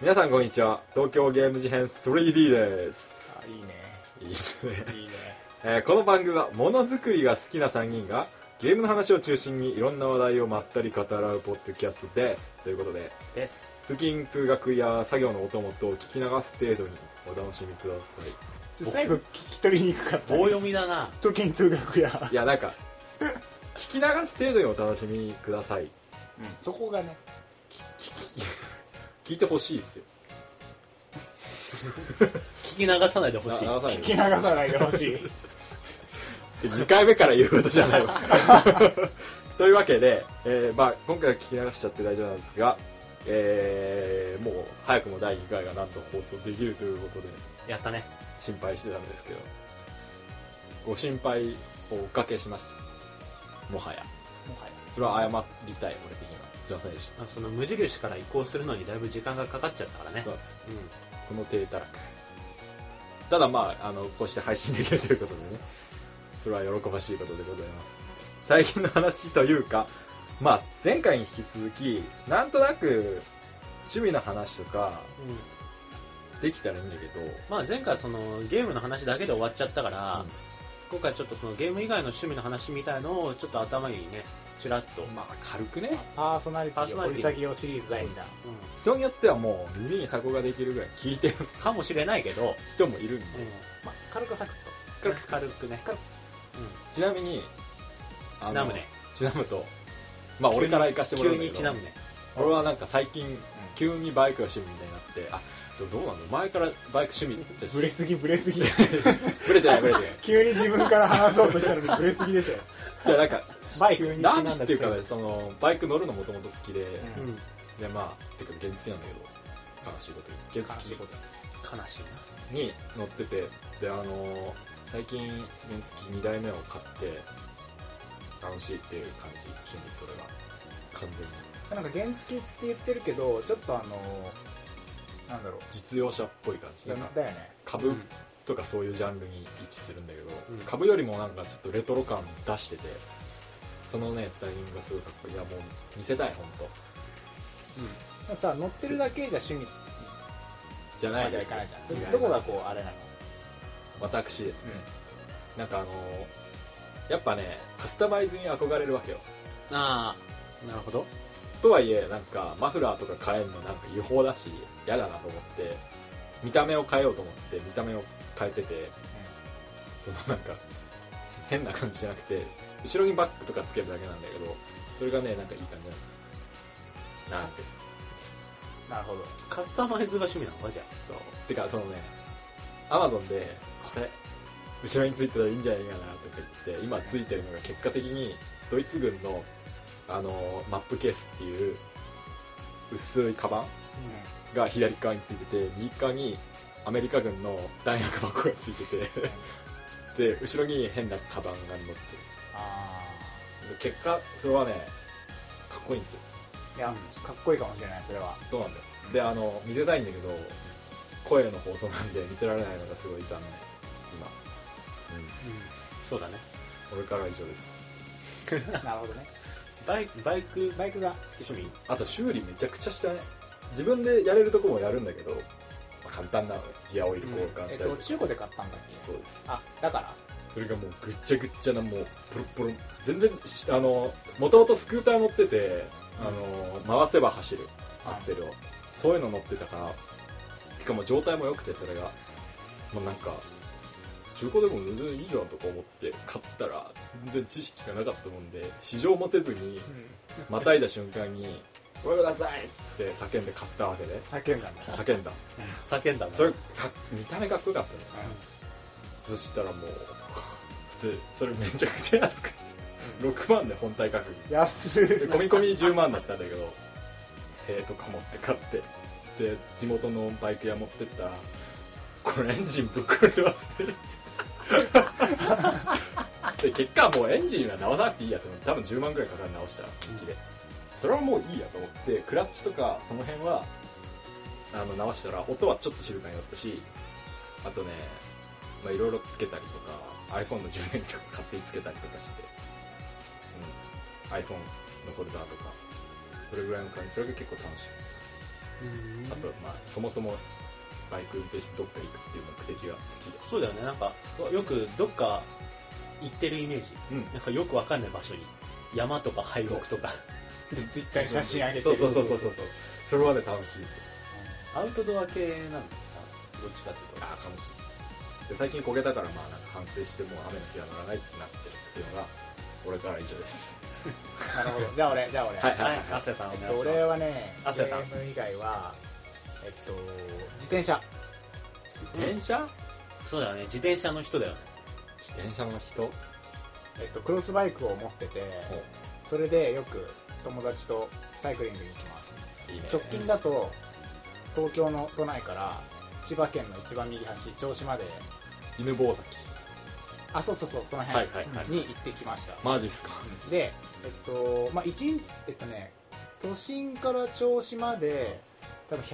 皆さんこんにちは。東京ゲーム事変 3D です。 あ、いいね。 いいですね。 いいね。 この番組はものづくりが好きな3人がゲームの話を中心にいろんな話題をまったり語らうポッドキャストです。ということで、通勤通学や作業のお供と聞き流す程度にお楽しみください。 最後聞き取りにくかった、ね。 棒読みだな。 通勤通学や。 いや、なんか聞き流す程度にお楽しみください。 そこがね、 聞いてほしいですよ。 聞き流さないでほしい。 聞き流さないでほしい。 2回目から言うことじゃないわ。というわけで、今回は聞き流しちゃって大丈夫なんですが、もう早くも第2回がなんと放送できるということで、 やったね。 心配してたんですけど、ご心配をおかけしました。もはやそれは謝りたい。俺的にはすいませんでした。 その無印から移行するのにだいぶ時間がかかっちゃったからね。 そうです、この低たらく。ただこうして配信できるということでね、それは喜ばしいことでございます。最近の話というか、前回に引き続きなんとなく趣味の話とかできたらいいんだけど、 前回そのゲームの話だけで終わっちゃったから、今回ちょっとそのゲーム以外の趣味の話みたいのをちょっと頭にねちらっと軽くね、 パーソナリティを掘り下げようシリーズだいんだ。 人によってはもう耳にタコができるぐらい聞いてるかもしれないけど人もいるんで、 軽くサクッと軽くね。 ちなみにちなむと俺から行かしてもらうんだけど、 急にちなむね。 俺はなんか最近急にバイクが趣味みたいになって、どうなの、前からバイク趣味ブレすぎブレてない急に自分から話そうとしたのにブレすぎでしょ。 じゃあなんかバイクになんていうかね、そのバイク乗るのもともと好きで、でてか原付なんだけど、悲しいことに原付悲しいに乗ってて、で最近原付2台目を買って楽しいっていう感じ、趣味。それが完全になんか原付って言ってるけど、ちょっとなんだろう、 実用車っぽい感じだよね。 株とかそういうジャンルに位置するんだけど、株よりもなんかちょっとレトロ感出してて、そのねスタイリングがすごいかっこいい。いやもう見せたい、ほんと。 さ、乗ってるだけじゃ趣味じゃないです。 どこがこうあれなの？ 私ですね、なんかやっぱねカスタマイズに憧れるわけよ。 なるほど。 とはいえなんかマフラーとか変えるのなんか違法だし嫌だなと思って、見た目を変えようと思って見た目を変えてて、なんか変な感じじゃなくて、後ろにバッグとかつけるだけなんだけど、それがねなんかいい感じなんです。 なるほど。 カスタマイズが趣味なのかじゃあ。 そう。てかそのね、アマゾンでこれ後ろについてたらいいんじゃないかなとか言って、今ついてるのが結果的にドイツ軍のマップケースっていう薄いカバンが左側についてて、右側にアメリカ軍の弾薬箱がついててで後ろに変なカバンが乗ってる。結果それはねかっこいいんですよ。 いや、かっこいいかもしれない。それはそうなんだよ。で見せたいんだけど声の放送なんで見せられないのがすごい残念今。 そうだね。 俺からは以上です。 なるほどね。 バイクが好き。趣味。 あと修理めちゃくちゃしたね。自分でやれるとこもやるんだけど、簡単なギアオイル交換したり、 中古で買ったんだっけ？ そうです。 だからそれがもうぐっちゃぐっちゃな、もうポロポロ、全然もともとスクーター乗ってて、回せば走るアクセルを、そういうの乗ってたから、しかも状態も良くて、それがなんか中古でも全然いいじゃんとか思って買ったら、全然知識がなかったもんで試乗もせずにまたいだ瞬間に「ごめんください!」って叫んで買ったわけで。 叫んだね。 それ見た目かっこよかったね。そしたらもうでそれめちゃくちゃ安くて6万で本体価格安い。 込み込み10万だったんだけど、とか持って買って、で地元のバイク屋持ってったら、これエンジンぶっ壊れてますねで結果もうエンジンは直さなくていいやと思って、多分10万ぐらいかかる直したら本気で、それはもういいやと思って、クラッチとかその辺は直したら音はちょっと静かになったし、あとねいろいろつけたりとか iPhone の充電器とか勝手につけたりとかして、iPhone のホルダーとかそれぐらいの感じ。それが結構楽しい。 あとまあそもそもバイク運転してどっか行くっていう目的が好きで。 そうだよね、なんかよくどっか行ってるイメージ、なんかよくわかんない場所に山とか廃屋とかでツイッターに写真上げてそうる。 それまで楽しいですよ。 アウトドア系なんですか、どっちかっていうと。 かもしれないで、最近焦げたからまあなんか反省してもう雨の日は乗らないってなってるっていうのが俺から以上です。 なるほど。じゃあ俺はい、アセさんお願いします。 俺はね、ゲ亜生さんーム以外は自転車。 自転車？ そうだよね、自転車の人だよね。 自転車の人？ クロスバイクを持ってて、それでよく友達とサイクリングに行きます。 いいね。 直近だと東京の都内から千葉県の一番右端銚子まで、 犬吠埼。 あ、そうその辺はいはいはいに行ってきました。 マジっすか。 でまあ都心から銚子まで多分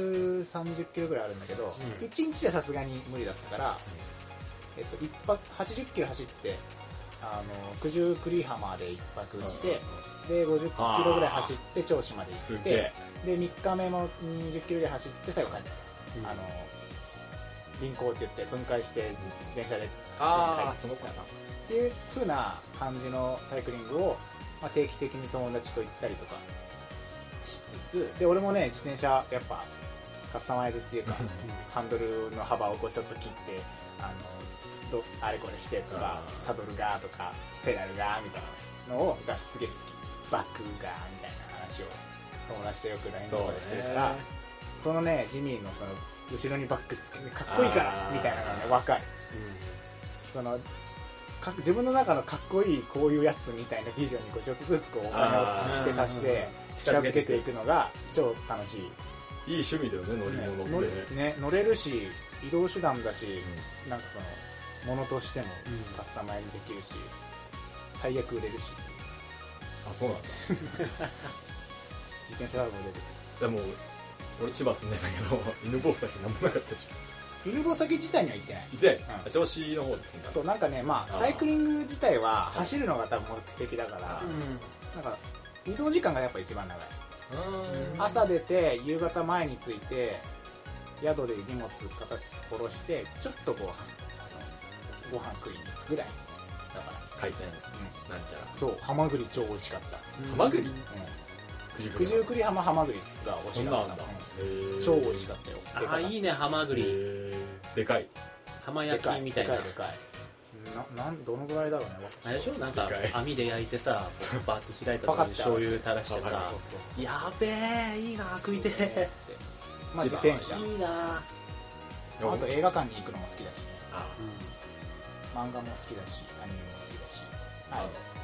130キロぐらいあるんだけど、 うん 1日じゃさすがに無理だったから、一泊80キロ走って九十九里浜で一泊して、で50キロぐらい走って銚子まで行って、 すげえ。 で3日目も20キロぐらい走って最後帰ってきた、輪行って言って分解して電車であ帰ってきたっていう風な感じのサイクリングを、まあ、定期的に友達と行ったりとかしつつ、で俺もね自転車やっぱカスタマイズっていうかハンドルの幅をこうちょっと切ってちょっとあれこれしてとか、サドルがとかペダルがみたいなのがすげえ好き、バックがみたいな話を友達とよく LINE とかでするから、そのねジミーのその後ろにバックつけてかっこいいからみたいなのがね分かる。その自分の中のかっこいいこういうやつみたいなビジョンにこうちょっとずつこうお金を足して近づけていくのが超楽しい。 いい趣味だよね、乗り物ってね。 乗れるし移動手段だし、なんかそのものとしてもカスタマイズできるし、最悪売れるし。 あ、そうなんだ。 自転車は売れる。 でも俺千葉住んでんだけど犬吠埼なんもなかったでし犬吠埼自体には行ってない。 ょ。いて、銚子の方ですね。 そう、なんかね、まあサイクリング自体は走るのが多分目的だから、なんか移動時間がやっぱ一番長い。朝出て夕方前に着いて宿で荷物下ろしてちょっとこうご飯食いに行くぐらいだから。 海鮮、なんちゃら。 そう、ハマグリ超美味しかった。 ハマグリ？ 九十九里浜ハマグリが美味しかった。超美味しかったよ。 あ、いいね、ハマグリ。 でかい。 浜焼きみたいな。 でかい。どのぐらいだろうね。 あれでしょ、なんか網で焼いてさ、バーって開いたとこに醤油垂らしてさ、やべえ、いいな、食いてえ。 まあ自転車。 いいな。 あと映画館に行くのも好きだしね。漫画も好きだし、アニメも好きだし。はい。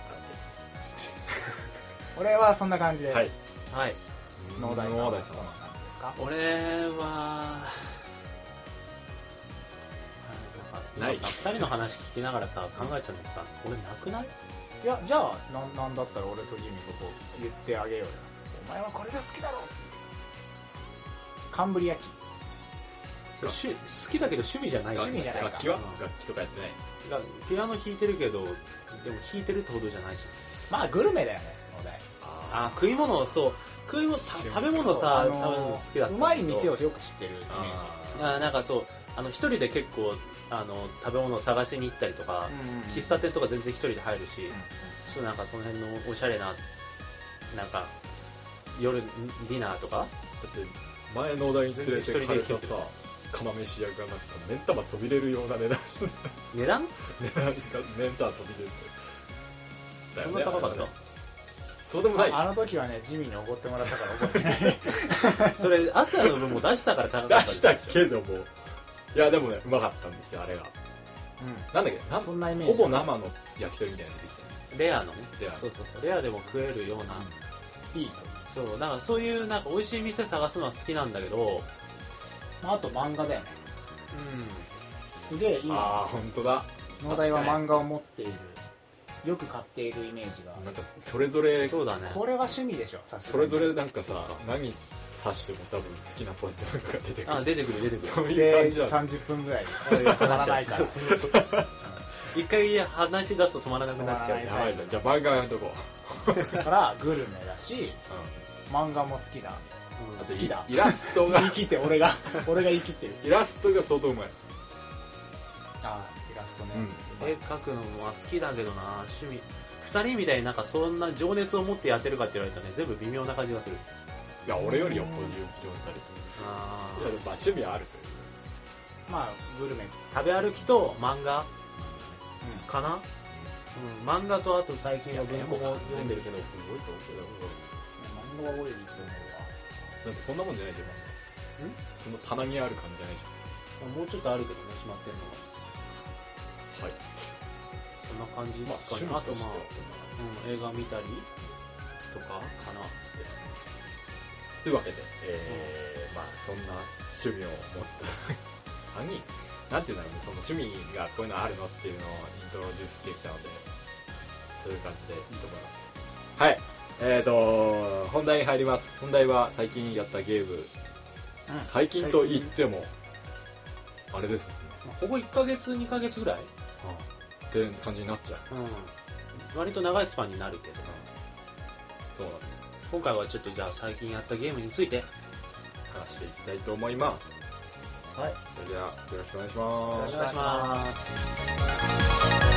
俺はそんな感じです。 はい。 農大さんは何ですか？ 俺はない2人の話聞きながらさ考えてたんだけどさ、俺なくない？ いや、じゃあなんだったら俺とジミーとこう言ってあげようよ。お前はこれが好きだろ。カンブリア紀。 好きだけど趣味じゃない。 趣味じゃないか。 楽器は楽器とかやってない。 ピアノ弾いてるけど、でも弾いてるってほどじゃないし。 まあグルメだよね、農大。 あ、食い物、そう、食べ物さ、食べ物好きだった。 うまい店をよく知ってるイメージ。 なんかそう一人で結構食べ物を探しに行ったりとか、喫茶店とか全然一人で入るし、ちょっとなんかその辺のおしゃれななんか夜ディナーとか。だって前農大に連れてかれたさ釜飯屋がなんか目ん玉飛び出るような値段して値段目ん玉飛び出るってそんな高かった？ そうでもない。 あの時はねジミーにおごってもらったから覚えてない。 それアツヤの分も出したから高かった。 出したけども、いやでもねうまかったんですよあれが。なんだっけ、 そんなイメージ。 ほぼ生の焼き鳥みたいなの出てきた。 レアのね。 そうレアでも食えるような。 いい。 そうだからそういうなんか美味しい店探すのは好きなんだけど、 あと漫画だよね。すげえいい。 ああ本当だ。 農大は漫画を持っている。よく買っているイメージが。 なんかそれぞれ。 そうだね。 これは趣味でしょ。 それぞれなんかさ何足しても多分好きなポイントとかが出てくる。 あ、出てくる。 そういう感じだ。 30分ぐらい止まらないから。 一回話し出すと止まらなくなっちゃう。 やばいぞ。じゃあ漫画やめとこう。だからグルメだし、漫画も好きだ。 あと好きだイラストが言い切って俺が言い切ってる。 イラストが相当うまい。 ああイラストね、 絵描くのも好きだけどな、趣味2人みたいになんかそんな情熱を持ってやってるかって言われたらね、全部微妙な感じがする。 いや俺よりよっぽど情熱ある。 あいやでもまあ趣味はあるという。 まあグルメ、 食べ歩きと漫画うかな、漫画とあと最近は文庫も読んでるけど、 すごいと思うけど。 ん、漫画は多いと思だってこんなもんじゃないじゃん。その棚にある感じじゃないじもうちょっとあるけどね、しまってるのが。 ゃん。はい。 そんな感じですかね。あとまあ、映画見たりとかかな。 というわけで、まあそんな趣味を持った何なんていうんだろうね、その趣味がこういうのあるのっていうのをイントロデュースできたので、そういう感じでいいと思います。はい。本題に入ります。本題は最近やったゲーム。最近と言ってもあれですもんね。 ほぼ1ヶ月2ヶ月ぐらい、 って感じになっちゃう。 割と長いスパンになるけど、 そうなんです。 今回はちょっとじゃあ最近やったゲームについて話していきたいと思います。 はい、 それではよろしくお願いします。 よろしくお願いします。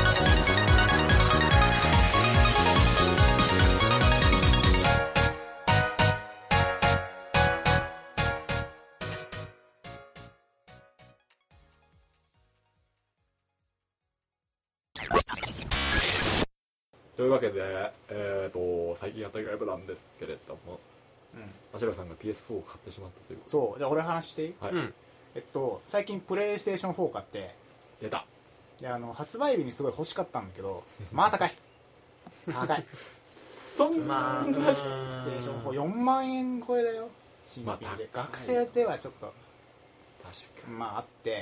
というわけで、最近やったゲームなんですけれども、アシュラさんが PS4 を買ってしまったということそう、じゃあ俺話していい？ はい、 最近プレイステーション4買って、 出た。 で発売日にすごい欲しかったんだけど、まあ高いそんまあ、 なに、 ステーション4 4万円超えだよ、新品で、 まあ高い学生ではちょっと確かに。 まああって、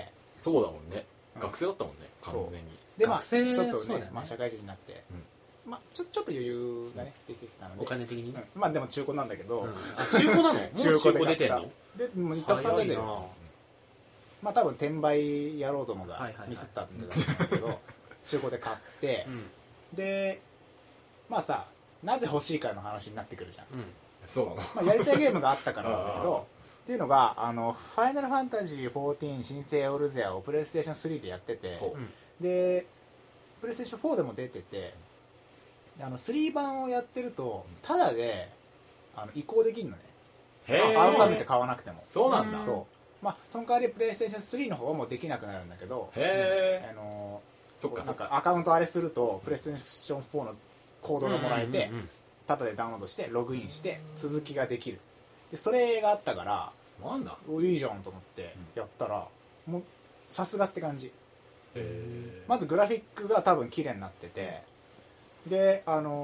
そうだもんね。 うん学生だったもんね、完全に。 でまあ学生ちょっとねそうだねまあ、社会人になって、まあちょっと余裕がね出てきたので、 お金的にね、 まあでも中古なんだけど、 あ、中古なの？もう中古出てんの？ でもうたくさん出てる。 早いな。 まあ多分転売やろうどもがはいはいはいミスったんだけど、中古で買って、でまあさ、なぜ欲しいかの話になってくるじゃん。 そうなの。 まあ、やりたいゲームがあったからなんだけどっていうのがファイナルファンタジー14新生オルゼアをプレイステーション3でやってて、 ほでプレイステーション4でも出てて、3版をやってるとタダで移行できるのね。 へ改めて買わなくても。 そうなんだ。 そうまあその代わりプレイステーション3の方はもうできなくなるんだけど、 へえ。そっかなんそっか。 かアカウントあれするとプレイステーション4のコードがもらえて、タダでダウンロードしてログインして続きができる。でそれがあったからなんだ。 いいじゃんと思ってやったら、もうさすがって感じ。 へまずグラフィックが多分綺麗になってて、で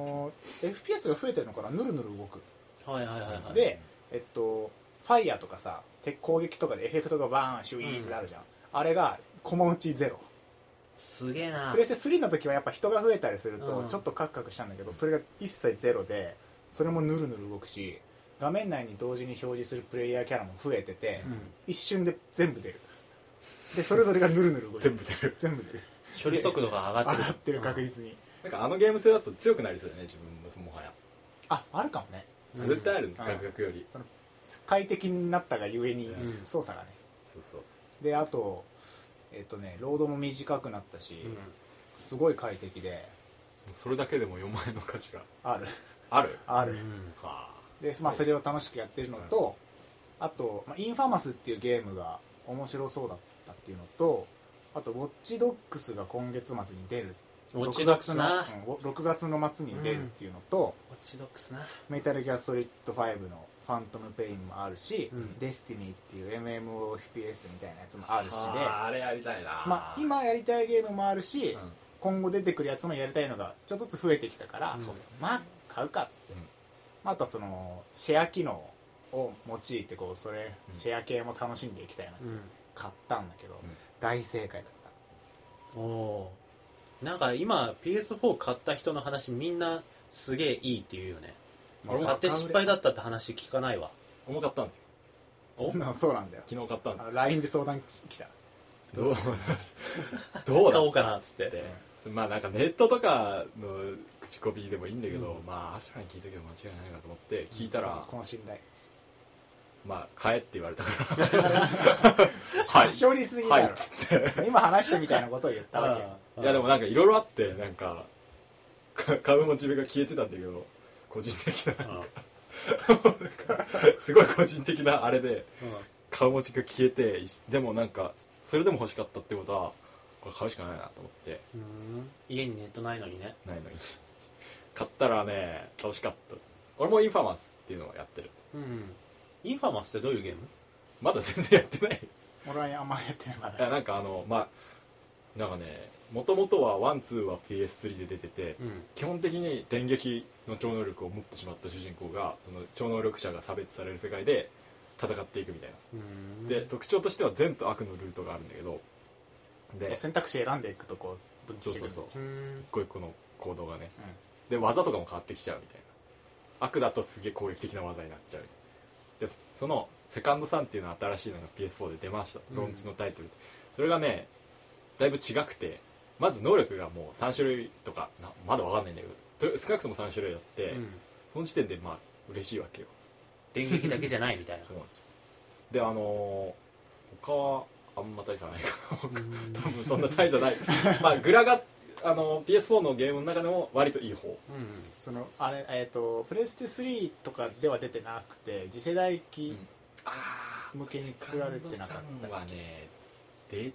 FPS が増えてるのかな、ぬるぬる動く。 はいはいはいはい。 でファイヤーとかさ、攻撃とかでエフェクトがバーンシュイーンってなるじゃん、あれが駒打ちゼロ。 すげえなプ。レステ3の時はやっぱ人が増えたりするとうんちょっとカクカクしたんだけど、それが一切ゼロで、それもぬるぬる動くし、画面内に同時に表示するプレイヤーキャラも増えてて、一瞬で全部出る。でそれぞれがぬるぬる動いてる。全部出る。 処理速度が上がってる。 上がってる、確実に。 なんかゲーム性だと強くなりそうだよね、自分ももはや。 あるかもね。 絶対ある、ガクガクより。 その快適になったがゆえに、 ん操作がね。 そうそう。 であとロードも短くなったし、すごい快適で、 それだけでも4万円の価値があるある。 ある、 はで、まあ、それを楽しくやってるのと、あと、インファマスっていうゲームが面白そうだったっていうのと、あとウォッチドッグスが今月末に出る、 ウォッチドッグスな。 6月の末に出るっていうのと、 ウォッチドッグスな。 メタルギアソリッド5のファントムペインもあるし、 うんデスティニーっていう MMOFPS みたいなやつもあるしで、 あれやりたいな。 まあ、今やりたいゲームもあるし、 うん今後出てくるやつもやりたいのがちょっとずつ増えてきたから、 そうっすねまあ買うかっつって、 うんあとはそのシェア機能を用いてこうそれ、 うんシェア系も楽しんでいきたいなって買ったんだけど、 ん大正解だっおおー。なんか今 PS4 買った人の話みんなすげえいいって言うよね。 俺も買って失敗だったって話聞かないわ。 重かったんですよ。 た。そうなんだよ。 昨日買ったんですよ。 LINE で相談来た。 どうどう買だっおうかなっつって。 て。まあなんかネットとかの口コミでもいいんだけど、まあアシュラに聞いたけど間違いないかと思って聞いたら、 この信頼。 まあ買えって言われたからはいはしょりすぎだろ、 はいっつって今話したみたいなことを言ったわけよ。 いやでもなんかいろいろあってなんか買うモチベが消えてたんだけど個人的ななんかすごい個人的なあれで買うモチベが消えてでもなんかそれでも欲しかったってことはこれ買うしかないなと思って家にネットないのにね。 ないのに買ったらね楽しかったです。俺もインファマスっていうのをやってる。 インファマスってどういうゲーム？ まだ全然やってない俺はあんまやってないまいやだ。 なんかまあなんかねもともとは1、2は PS3 で出てて、基本的に電撃の超能力を持ってしまった主人公がその超能力者が差別される世界で戦っていくみたいな。で特徴としては善と悪のルートがあるんだけどで選択肢選んでいくとこう分岐してくる。 そうそうそう一個一個の行動がね、で技とかも変わってきちゃうみたいな。悪だとすげえ攻撃的な技になっちゃう。でそのセカンドサンっていうのは新しいのが PS4 で出ました、ローンチのタイトル。それがねだいぶ違くて、まず能力がもう3種類とかまだ分かんないんだけど少なくとも3種類あって、その時点でまあ嬉しいわけよ。 電撃だけじゃないみたいな。 そうなんですよ。で他はあんま大差ないかな多分そんな大差ないまあグラがPS4 のゲームの中でも割といい方。 そのあれプレステ3とかでは出てなくて次世代機向けに作られてなかったっけ？ はねで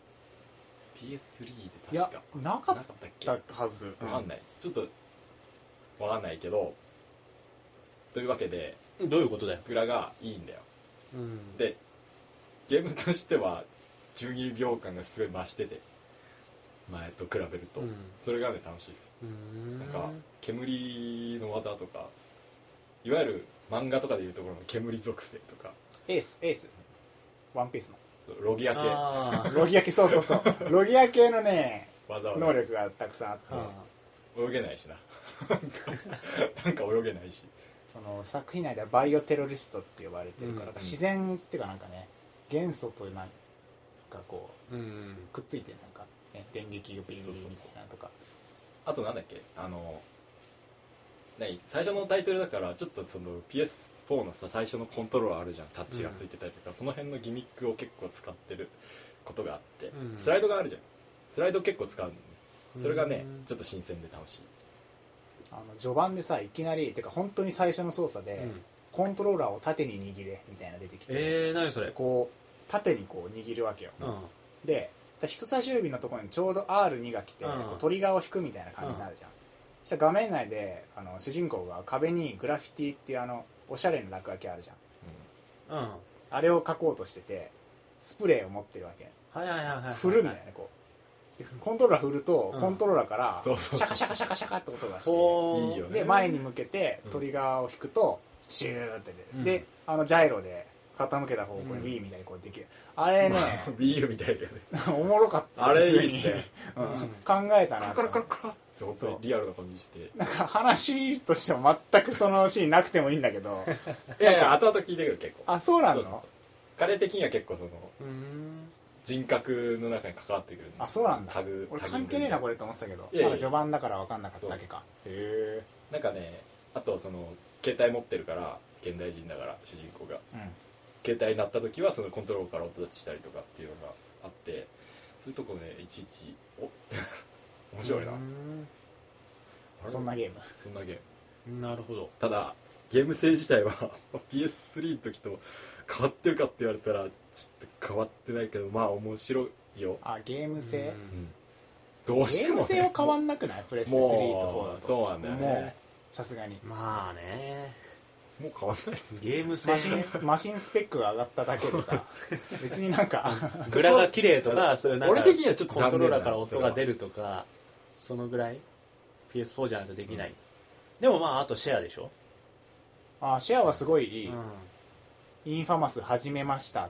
PS3 でいや確かなかっったっけ？ たはず。 わかんない、ちょっとわかんないけど、というわけでどういうことだよ。 グラがいいんだよ。でゲームとしては12秒間がすごい増してて前と比べると、それがね楽しいです。なんか煙の技とかいわゆる漫画とかでいうところの煙属性とかエースワンピースのそうロギア系ロギア系そうロギア系のね技を能力がたくさんあって、 泳げないしななんか泳げないし、 その作品内ではバイオテロリストって呼ばれてるから、自然っていうかなんかね元素となんかこう、くっついてなんか、ね、電撃がビリビリみたいなとか。 あとなんだっけ最初のタイトルだからちょっとその PS4 のさ最初のコントローラーあるじゃん、タッチがついてたりとか、その辺のギミックを結構使ってることがあって、スライドがあるじゃん、スライド結構使うのね。それがねちょっと新鮮で楽しい。 序盤でさいきなりてか本当に最初の操作で、コントローラーを縦に握れみたいな出てきて、 何それ。 こう縦にこう握るわけよ、で人差し指のところにちょうど R2 が来て、こうトリガーを引くみたいな感じになるじゃん。そしたら画面内で主人公が壁にグラフィティっていうおしゃれな落書きあるじゃん、あれを描こうとしててスプレーを持ってるわけ。振るんだよねこう。コントローラー振ると、コントローラーからシャカシャカシャカシャカって音がして、 いいよね。 で前に向けてトリガーを引くとシューって出る、でジャイロで傾けた方向に Wii みたいにこうできる、あれねビールみたいなおもろかった。 あれいいっすね考えたな。 カラカラカラって本当にリアルな感じしてなんか話としても全くそのシーンなくてもいいんだけどいやいや後々聞いてくる結構。 あ、そうなの？ そう彼的には結構その人格の中に関わってくる。 あ、そうなんだ。 タグ俺関係ねえなこれと思ってたけど、 いやいやまだ序盤だから分かんなかっただけか。へえ。 なんかねあとその携帯持ってるから現代人だから主人公が、携帯になった時はそのコントロールから音立ちしたりとかっていうのがあって、そういうとこねいちいち面白いな。 そんなゲーム。 そんなゲーム。 なるほど。 ただゲーム性自体はPS3 の時と変わってるかって言われたらちょっと変わってないけど、まあ面白いよ。 あ、ゲーム性、 どうしても、ね、 ゲーム性は変わんなくない？プレステ3と4だと。 そうなんだよね。 さすがにまあね、 もう変わんないっす。 ゲーム性マシンスペックが上がっただけでさ別になんかグラが綺麗とかそういうなんか俺的にはちょっとコントローラーから音が出るとかそのぐらい PS4 じゃないとできない、でもまああとシェアでしょ。 あ、シェアはすごいいい、インファマス始めましたって、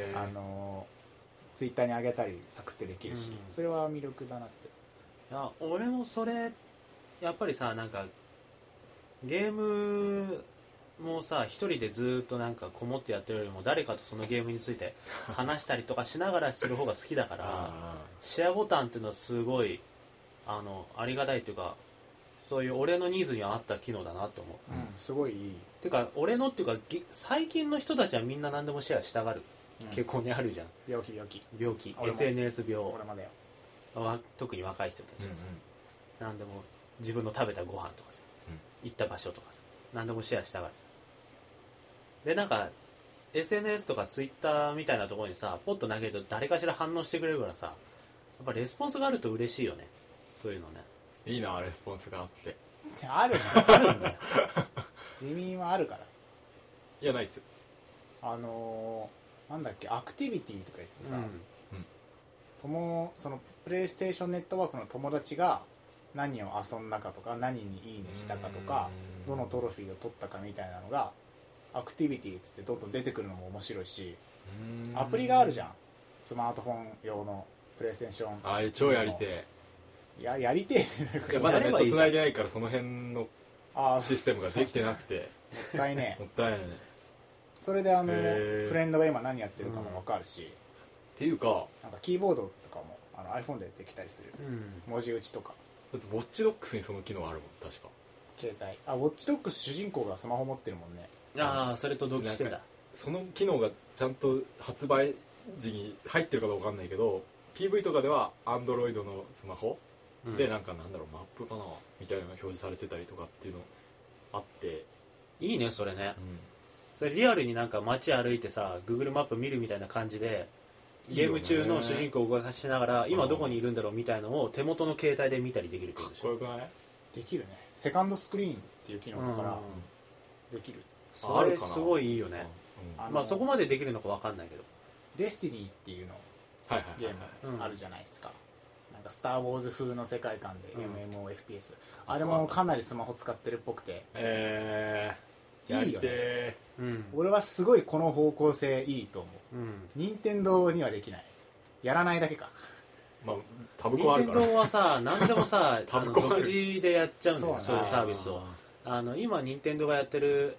ツイッターに上げたりサクってできるし、それは魅力だなって。 いや俺もそれやっぱりさ、なんかゲームもさ一人でずっとなんかこもってやってるよりも誰かとそのゲームについて話したりとかしながらする方が好きだからシェアボタンっていうのはすごいありがたいっていうかそういう俺のニーズには合った機能だなって思う。 すごいいい。 てか俺のっていうか最近の人たちはみんな何でもシェアしたがる傾向にあるじゃん。 病気 SNS 病俺まだよ。 特に若い人たちがさ、何でも自分の食べたご飯とかさ、行った場所とかさ、何でもシェアしたがる。でなんか SNS とか Twitter みたいなところにさポッと投げると誰かしら反応してくれるからさ、やっぱレスポンスがあると嬉しいよね。そういうのね。 いいなレスポンスがあって。 あるんだよ。自民はあるから。 いやないっすよ。 なんだっけ、アクティビティとか言ってさ、そのプレイステーションネットワークの友達が何を遊んだかとか何にいいねしたかとかどのトロフィーを取ったかみたいなのがアクティビティっつってどんどん出てくるのも面白いし、アプリがあるじゃん、スマートフォン用のプレイステーション。 あれ超やりてえ。 やりてえ。 いやまだネット繋いでないからその辺のシステムができてなくてもったいねえ。 もったいないね。 それでフレンドが今何やってるかも分かるし、 っていうかなんかキーボードとかもiPhone でできたりする、文字打ちとか。 だってウォッチドックスにその機能あるもん確か。 携帯ウォッチドックス主人公がスマホ持ってるもんね。 ああそれと同期してた。 その機能がちゃんと発売時に入ってるかどうか分かんないけど PV とかでは Android のスマホでなんだろうマップかなみたいなのが表示されてたりとかっていうのあって、 いいねそれね。それリアルになんか街歩いてさ Google マップ見るみたいな感じでゲーム中の主人公を動かしながら今どこにいるんだろうみたいのを手元の携帯で見たりできるってことでしょ。 かっこよくない？ できるね。セカンドスクリーンっていう機能だからできる。 それすごいいいよね。まあそこまでできるのか分かんないけどデスティニーっていうのゲームあるじゃないですか。なんかスター・ウォーズ風の世界観で MMOFPS、あれもかなりスマホ使ってるっぽくていいよね。俺はすごいこの方向性いいと思う。任天堂にはできない。やらないだけか。 まあタブコあるから任天堂はさ何でもさ独自でやっちゃうんだよ。そういうサービスを今任天堂がやってる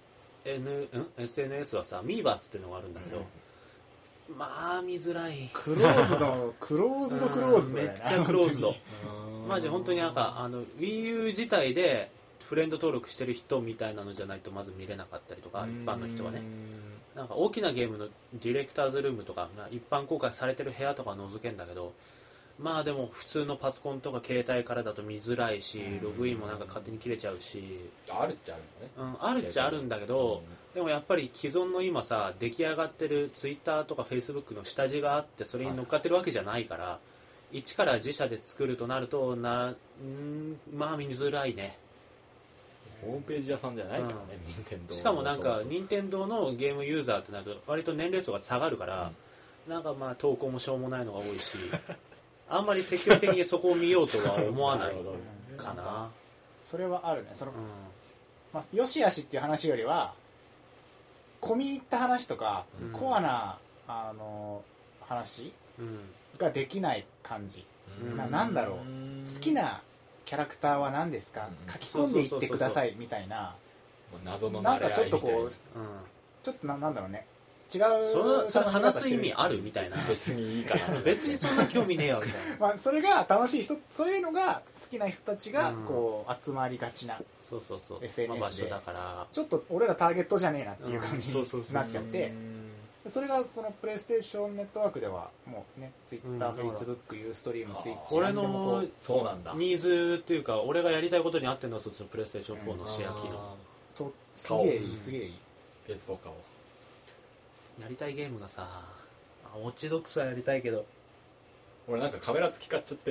SNS はさミーバースっていうのがあるんだけど、まあ見づらい。 クローズドめっちゃクローズド。マジ本当になんかWii U 自体でフレンド登録してる人みたいなのじゃないとまず見れなかったりとか、一般の人はね、なんか大きなゲームのディレクターズルームとか一般公開されてる部屋とか覗けんだけど、まあでも普通のパソコンとか携帯からだと見づらいし、ログインもなんか勝手に切れちゃうし、 あるっちゃあるんだね。 あるっちゃあるんだけど、でもやっぱり既存の今さ出来上がってる Twitter とか Facebook の下地があってそれに乗っかってるわけじゃないから、一から自社で作るとなるとまあ見づらいね。 ホームページ屋さんじゃないからね、任天堂。 しかもなんか任天堂のゲームユーザーってなると割と年齢層が下がるから、なんかまあ投稿もしょうもないのが多いしあんまり積極的にそこを見ようとは思わないかな。 それはあるね。まあ、よしあしっていう話よりは込み入った話とか、コアな話ができない感じ、なんだろう、好きなキャラクターは何ですか、書き込んでいってくださいみたいな、 謎のなんかちょっとこう、ちょっとなんだろうね、違うそれ話す意味あるみたいな。 別にいいかな別にそんな興味ねえよみたいなまあそれが楽しい人、そういうのが好きな人たちがこう集まりがちな SNS 場所だからちょっと俺らターゲットじゃねえなっていう感じになっちゃって、それがそのプレイステーションネットワークではもうね、Twitter、Facebook、ユーストリーム、Twitch、 俺のニーズっていうか俺がやりたいことに合ってるのはそっちのプレイステーション4のシェア機能と、すげえいい、すげえいい。 PS4 買おう。 やりたいゲームがさ、ウォッチドックスはやりたいけど、 俺なんかカメラ付き買っちゃって、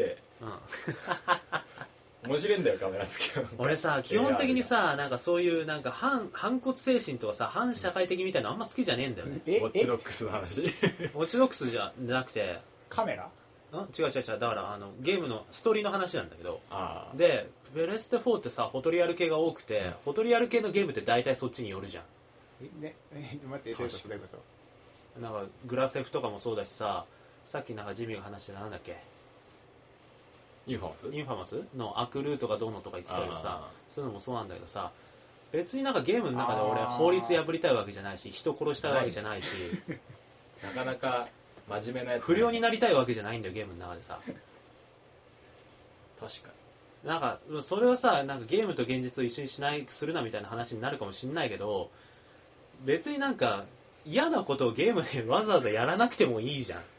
面白いんだよカメラ付きは。 俺さ基本的にさなんかそういうなんか反骨精神とかさ反社会的みたいなのあんま好きじゃねえんだよね。 ウォッチドックスの話。ウォッチドックスじゃなくてカメラ？ 違うだからゲームのストーリーの話なんだけど、でプレステ4ってさフォトリアル系が多くて、フォトリアル系のゲームって大体そっちに寄るじゃん。 待って、どういうことなんかグラセフとかもそうだしさ、さっきなんかジミーが話してたなんだっけ、 インファマスのアクルートがどうのとか言ってたけどさ、そういうのもそうなんだけどさ、別になんかゲームの中で俺法律破りたいわけじゃないし人殺したいわけじゃないしなかなか真面目なやつ、 不良になりたいわけじゃないんだよゲームの中でさ。 確かなんかそれはさ、なんかゲームと現実を一緒にするなみたいな話になるかもしれないけど、別になんか嫌なことをゲームでわざわざやらなくてもいいじゃん。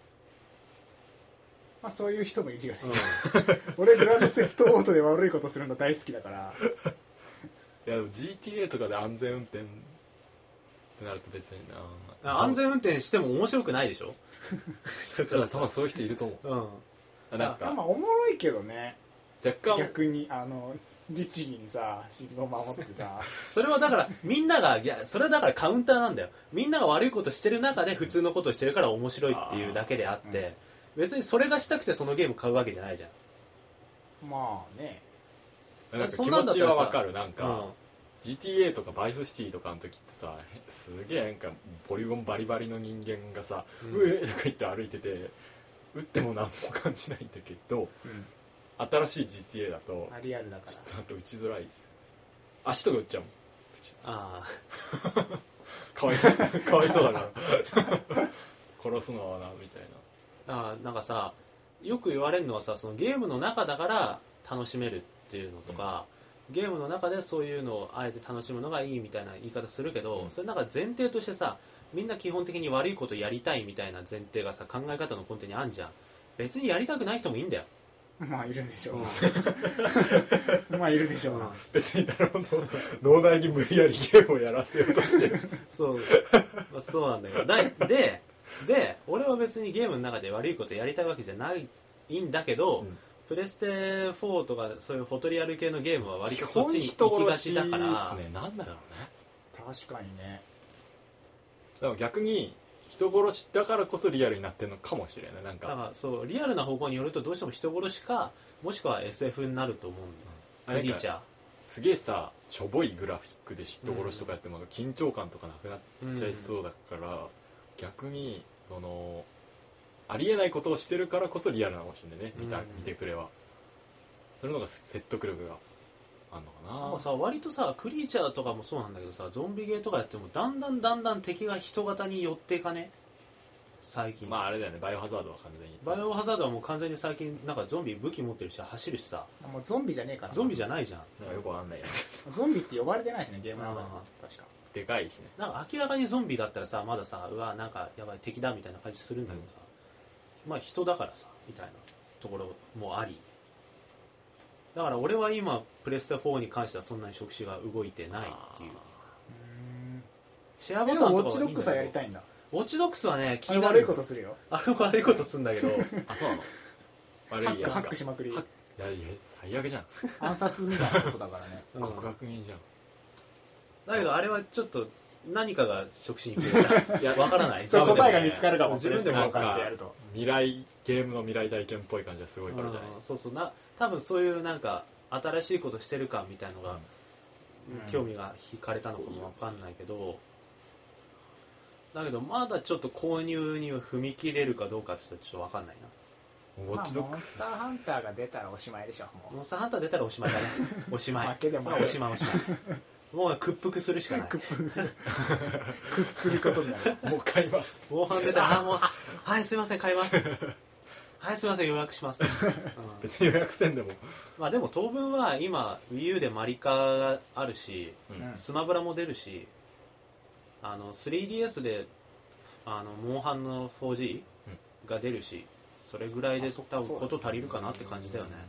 まあそういう人もいるよね、俺グランドセフトオートで悪いことするの大好きだから。 いやでも GTA とかで安全運転ってなると別にな。 安全運転しても面白くないでしょ。 だから多分そういう人いると思う。なんかまあおもろいけどね、 若干逆に律儀にさ信号守ってさそれはだからみんなが、いやそれはだからカウンターなんだよ。みんなが悪いことしてる中で普通のことしてるから面白いっていうだけであって、別にそれがしたくてそのゲーム買うわけじゃないじゃん。 まあね、 なんか気持ちはわかる。なんか、GTA とかバイスシティとかの時ってさ、すげえなんかポリゴンバリバリの人間がさ、うえとか言って歩いてて撃っても何も感じないんだけど、新しい GTA だとリアルだからちょっとなんか撃ちづらいですよ。足とか撃っちゃうもん。 あかわいそうかわいそうだな殺すのはなみたいな。 なんかさ、よく言われるのはさ、そのゲームの中だから楽しめるっていうのとか、ゲームの中でそういうのをあえて楽しむのがいいみたいな言い方するけど、それなんか前提としてさ、みんな基本的に悪いことやりたいみたいな前提がさ、考え方の根底にあんじゃん。別にやりたくない人もいいんだよ。 まあいるでしょう、まあいるでしょう、 別に脳内に無理やりゲームをやらせようとしてるそう、まあ、そうなんだけどで俺は別にゲームの中で悪いことやりたいわけじゃないんだけど、プレステ4とかそういうフォトリアル系のゲームは割とそっちに行きがちだから、 なんだろうね。 確かにね。 でも逆に人殺しだからこそリアルになってるのかもしれない。なんかだからそうリアルな方向によるとどうしても人殺しかもしくは SF になると思うんだよ、クリーチャー。 すげえさしょぼいグラフィックで人殺しとかやっても緊張感とかなくなっちゃいそうだから、逆にそのありえないことをしてるからこそリアルなのかもしれないね。見てくれはそれのが説得力があんのかな。 なんかさ、割とさクリーチャーとかもそうなんだけどさ、ゾンビゲーとかやってもだんだん敵が人型に寄っていかね最近。 まああれだよね、バイオハザードは完全に。 バイオハザードはもう完全に最近なんかゾンビ武器持ってるし走るしさ、 もうゾンビじゃねえから。 ゾンビじゃないじゃん。 なんかよくわかんないやつゾンビって呼ばれてないしね、ゲームの中で。確かでかいしね。 なんか明らかにゾンビだったらさまださ、うわなんかやばい敵だみたいな感じするんだけどさ、まあ人だからさみたいなところもあり、だから俺は今プレステ4に関してはそんなに触手が動いてないっていう。シェアボタンとかはいいんだけど。 でもウォッチドッグスはやりたいんだ。 ウォッチドッグスはね気あれになる。 悪いことするよ。 あれ悪いことするんだけどあ、そうなの。悪いやつか。 ハックしまくり。 いや最悪じゃん。 暗殺みたいなことだからね。 極悪人じゃん。 だけどあれはちょっと何かが触手に来る。いやわからない。 そう答えが見つかるかも。 自分でも分かってやると。 ゲームの未来体験っぽい感じがすごいからじゃない。 そうそう多分そういうなんか新しいことしてる感みたいのが、興味が惹かれたのかもわかんないけど、だけどまだちょっと購入に踏み切れるかどうかってちょっとわかんないな。 ウォッチドッグス、 モンスターハンターが出たらおしまいでしょ。もうモンスターハンター出たらおしまいだね。おしまい。 負けでもおしまい。もう屈服するしかない。 屈することになる。 もう買います。 モンハン出たらもうはいすいません買います。はいすいません予約します。 別に予約せんでも。 まあでも当分は今 Wii U でマリカがあるし、スマブラも出るし、3DS でモンハンの 4G が出るし、それぐらいで多分こと足りるかなって感じだよね。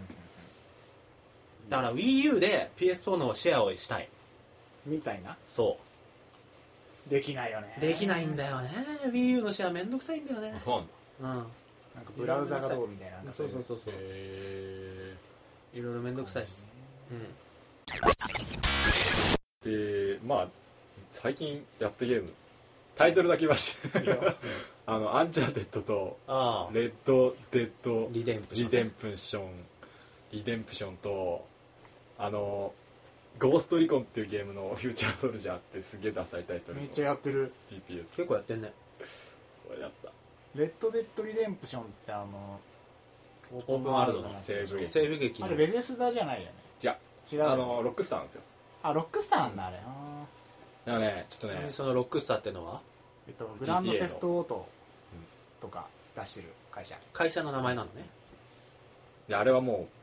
だから Wii U で PS4 のシェアをしたいみたいな。 そうできないよね。 できないんだよね。 Wii U のシェアめんどくさいんだよね。 そうなんだ。 なんかブラウザがどうみたいな。 そういろいろめんどくさいです。 でまあ最近やったゲームタイトルだけ言わしてアンチャーテッドとレッドデッドリデンプションとゴーストリコンっていうゲームのフューチャーソルジャーってすげえダサいタイトル。 めっちゃやってる。 TPS 結構やってんね。 これやった。 レッドデッドリデンプションってオープンワールドの西部劇。 あれベゼスダじゃないよね。 じゃ違う。 ロックスターなんですよ。 あ、ロックスターなんだあれ。 だからねちょっとねそのロックスターってのはグランドセフトオートとか出してる会社の名前なのね。 であれはも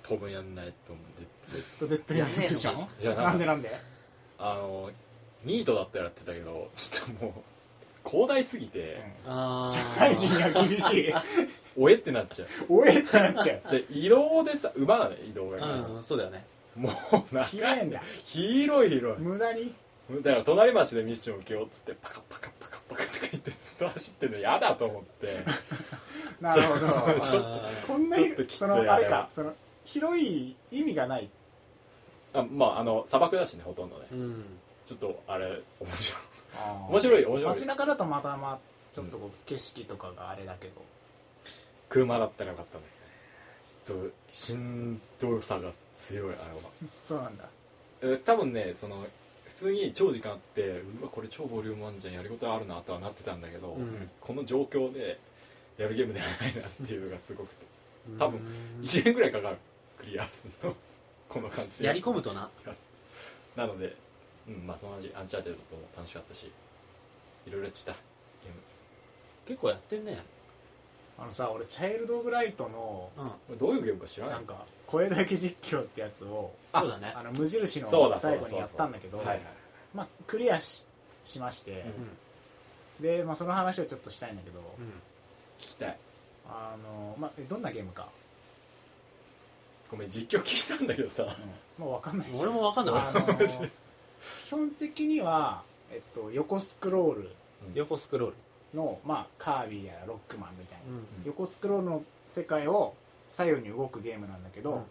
当分やんないと思うんで。 レッドデッドリデンプションいやなんでニートだったらやってたけど、ちょっともう広大すぎて、 社会人には厳しいおえってなっちゃう。 おえってなっちゃう。 で移動でさ、馬なの移動が、 そうだよね。 もうなんか広いんだ。 広い無駄に。 だから隣町でミッション受けようっつってパカパカパカパカとか言ってずっと走ってるの嫌だと思ってなるほど。こんなにちょっときついそのあれか、その広い意味がない。 まあ砂漠だしね、ほとんどね、ちょっとあれ面白い街中だとまたちょっとこう景色とかがあれだけど、 車だったらよかったんだけどね。ちょっとしんどさが強い、あれは。 そうなんだ。 多分ね、普通に長時間あって、うわこれ超ボリュームあんじゃん、やりごたえあるなとはなってたんだけど、この状況でやるゲームではないなっていうのがすごくて、多分1年ぐらいかかる、クリアするのこの感じでやり込むとな。 なので、まあその味、アンチャーテッドとも楽しかったし、いろいろしたゲーム。 結構やってんね。 俺チャイルド・オブ・ライトの、 どういうゲームか知らない。 なんか声だけ実況ってやつを、 そうだね、 無印の最後にやったんだけど、クリア しまして、で、その話をちょっとしたいんだけど、 聞きたい。 どんなゲームかごめん、実況聞いたんだけどさ、 もう分かんないし、 俺も分かんなかった。 基本的には、横スクロール横スクロールの、カービィやらロックマンみたいな、横スクロールの世界を左右に動くゲームなんだけど、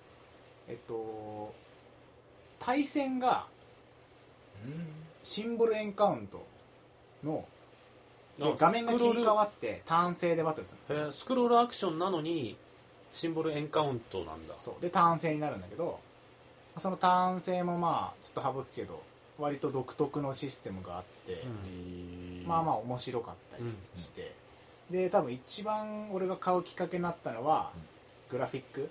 対戦がシンボルエンカウントの画面が切り替わってターン制でバトルする。 スクロールアクションなのにシンボルエンカウントなんだ。 そうでターン制になるんだけど、そのターン制もちょっと省くけど割と独特のシステムがあって、面白かったりして、で多分一番俺が買うきっかけになったのは、グラフィック。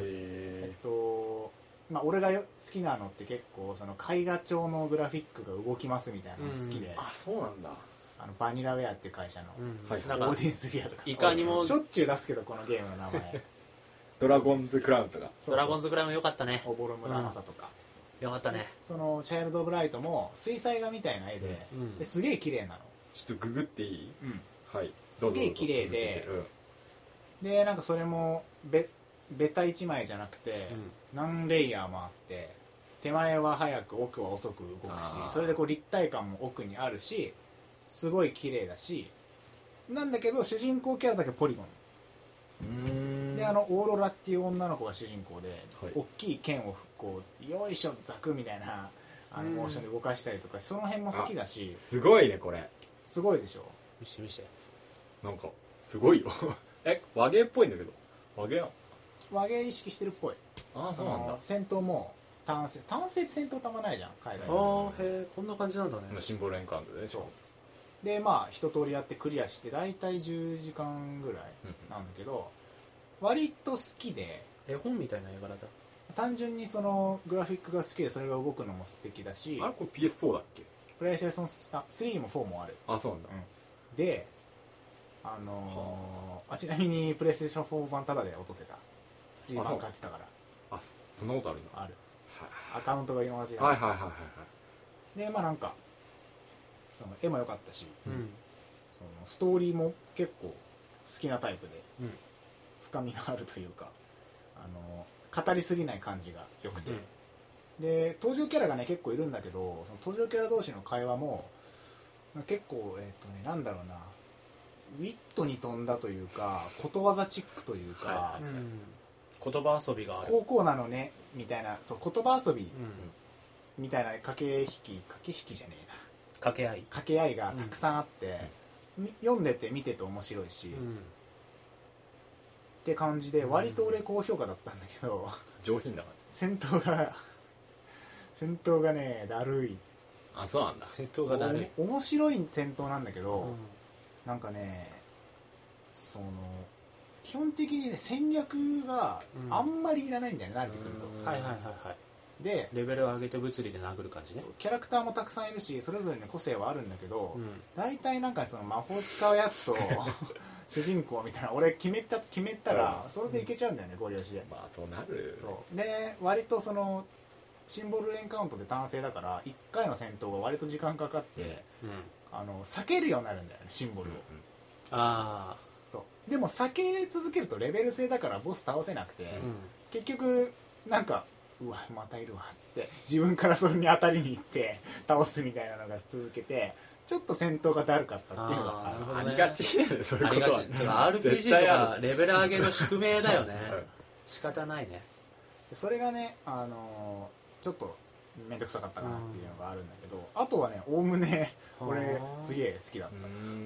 俺が好きなのって結構その絵画調のグラフィックが動きますみたいなのが好きで、 あ、そうなんだ。 バニラウェアっていう会社のオーディンスフィアとかいかにもしょっちゅう出すけど、このゲームの名前ドラゴンズクラウンとか。 ドラゴンズクラウンよかったね。 オボロムラマサとか、 よかったね。 そのチャイルド・オブ・ライトも水彩画みたいな絵ですげえ綺麗なの。 ちょっとググっていい？はい。 すげえ綺麗で、なんかそれもベタ1枚じゃなくて、何レイヤーもあって、手前は速く奥は遅く動くし、それでこう立体感も奥にあるし、すごい綺麗だし、なんだけど主人公キャラだけポリゴンで、オーロラっていう女の子が主人公で、大きい剣をこうよいしょザクみたいなモーションで動かしたりとか、その辺も好きだし。 すごいね、これすごいでしょ。 見して見して。 なんかすごいよ和芸っぽいんだけど、和芸なの？ 和芸意識してるっぽい。 そうなんだ。 戦闘も単性って戦闘たまないじゃん、海外へえ、こんな感じなんだね。 シンボルエンカウントで。 そうで、一通りやってクリアして大体10時間ぐらいなんだけど、割と好きで、 絵本みたいな絵柄だ。 単純にそのグラフィックが好きで、それが動くのも素敵だし。 あれ、これ PS4 だっけ？ プレイステーション3も4もある。 そうなんだ。 で、ちなみにプレイステーション4版タダで落とせた。3版買ってたから。 そんなことあるの？ ある。アカウントが今同じだ。で、なんかその絵も良かったし、そのストーリーも結構好きなタイプで、深みがあるというか、語りすぎない感じが良くて、で登場キャラがね結構いるんだけど、その登場キャラ同士の会話も結構なんだろうな、ウィットに富んだというか、ことわざチックというか、 言葉遊びがある。 こうなのねみたいな、そう言葉遊びみたいな駆け引きじゃねえな、掛け合いがたくさんあって、読んでて見てて面白いし、って感じで割と俺高評価だったんだけど、 上品だから戦闘がねだるい。 そうなんだ。 戦闘がだるい。 面白い戦闘なんだけど、なんかね、その基本的にね戦略があんまりいらないんだよね、慣れてくると。でレベルを上げて物理で殴る感じね。 キャラクターもたくさんいるし、それぞれの個性はあるんだけど、大体なんかその魔法使うやつと主人公みたいな俺決めたらそれでいけちゃうんだよね、ゴリ押しで。 まあそうなる。 そうで割とそのシンボルエンカウントで単性だから1回の戦闘が割と時間かかって、避けるようになるんだよねシンボルを、 ああそうでも避け続けるとレベル制だからボス倒せなくて、結局なんかうわまたいるわっつって自分からそれに当たりに行って倒すみたいなのが続けてちょっと戦闘がだるかったっていうのがありがちだよね、そういうことは。 RPG とかレベル上げの宿命だよね。仕方ないね。 それがね、ちょっとめんどくさかったかなっていうのがあるんだけど、あとはねおおむね俺すげえ好きだった。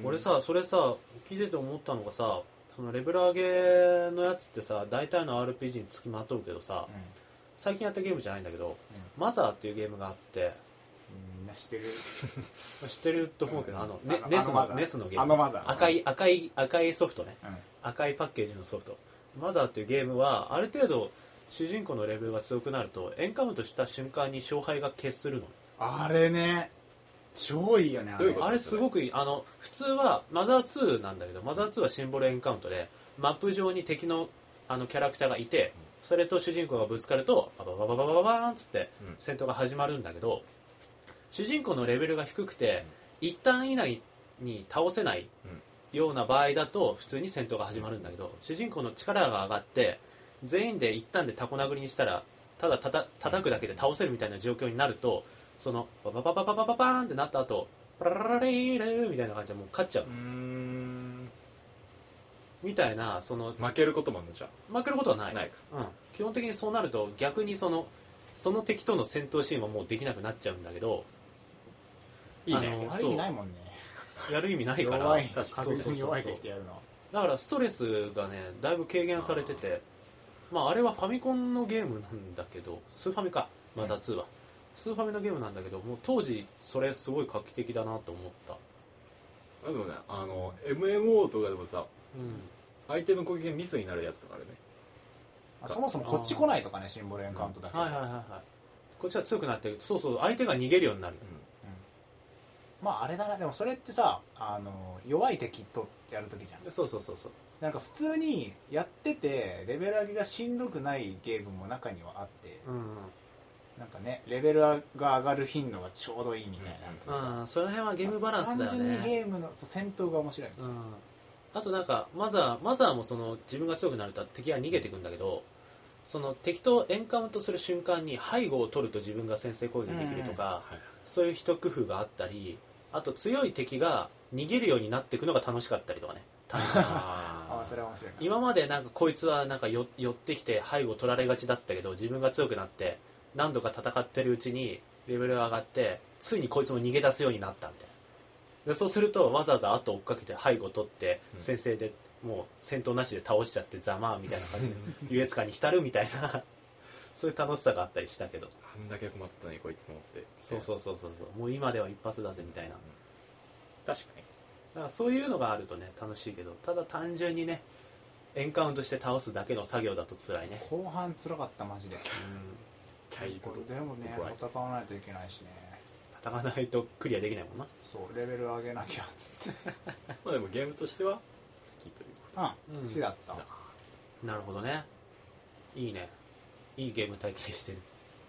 俺さそれさ聞いてて思ったのがさ、そのレベル上げのやつってさ大体の RPG につきまとうけどさ、最近やったゲームじゃないんだけど、マザーっていうゲームがあって、 みんな知ってる知ってると思うけど、ネスのゲーム、 マザー赤いソフトね、赤いパッケージのソフト。マザーっていうゲームはある程度主人公のレベルが強くなるとエンカウントした瞬間に勝敗が決するの。 あれね超いいよね。 あれすごくいい。普通はマザー2なんだけど、マザー2はシンボルエンカウントでマップ上に敵のキャラクターがいて、それと主人公がぶつかるとババババババババーンっつって戦闘が始まるんだけど、主人公のレベルが低くて一旦以内に倒せないような場合だと普通に戦闘が始まるんだけど、主人公の力が上がって全員で一旦でタコ殴りにしたらただ叩くだけで倒せるみたいな状況になると、そのババババババババーンってなった後パラララレイルみたいな感じでもう勝っちゃうみたいな、その負けることもあるの？じゃあ負けることはないか、 基本的にそうなると逆にその敵との戦闘シーンはもうできなくなっちゃうんだけど、 いいね。 やる意味ないもんね。 やる意味ないから弱い、確実に弱い敵とやるの。 だからストレスがねだいぶ軽減されてて、あれはファミコンのゲームなんだけど、スーファミか、マザー2は、スーファミのゲームなんだけど、もう当時それすごい画期的だなと思った。 でもね、MMO とかでもさ、相手の攻撃がミスになるやつとかあるね。 そもそもこっち来ないとかね、シンボルエンカウントだけ、 こっちは強くなって、そうそう相手が逃げるようになる、 あれだな。でもそれってさ、弱い敵とやるときじゃん。 そうなんか普通にやっててレベル上げがしんどくないゲームも中にはあって、なんかねレベルが上がる頻度がちょうどいいみたいな、 その辺はゲームバランスだよね。 単純にゲームの戦闘が面白いみたいな、 あとなんかマザーもその自分が強くなると敵は逃げていくんだけど、その敵とエンカウントする瞬間に背後を取ると自分が先制攻撃できるとか、そういう一工夫があったり、あと強い敵が逃げるようになっていくのが楽しかったりとかね。 それは面白いな。 今までなんかこいつはなんか寄ってきて背後取られがちだったけど、自分が強くなって何度か戦ってるうちにレベルが上がってついにこいつも逃げ出すようになったみたいな。でそうするとわざわざ後追っかけて背後取って先制でもう戦闘なしで倒しちゃってざまあみたいな感じで優越感に浸るみたいなそういう楽しさがあったりしたけど、 あんだけ困ったのにこいつのってそうもう今では一発だぜみたいな、 確かに。 だからそういうのがあるとね楽しいけど、ただ単純にねエンカウントして倒すだけの作業だと辛いね。 後半辛かったマジで。 茶いことでもね戦わないといけないしね。 戦わないとクリアできないもんな。 そうレベル上げなきゃっつってでもゲームとしては好きということ。 好きだった。 なるほどね。いいね。いいゲーム体験してる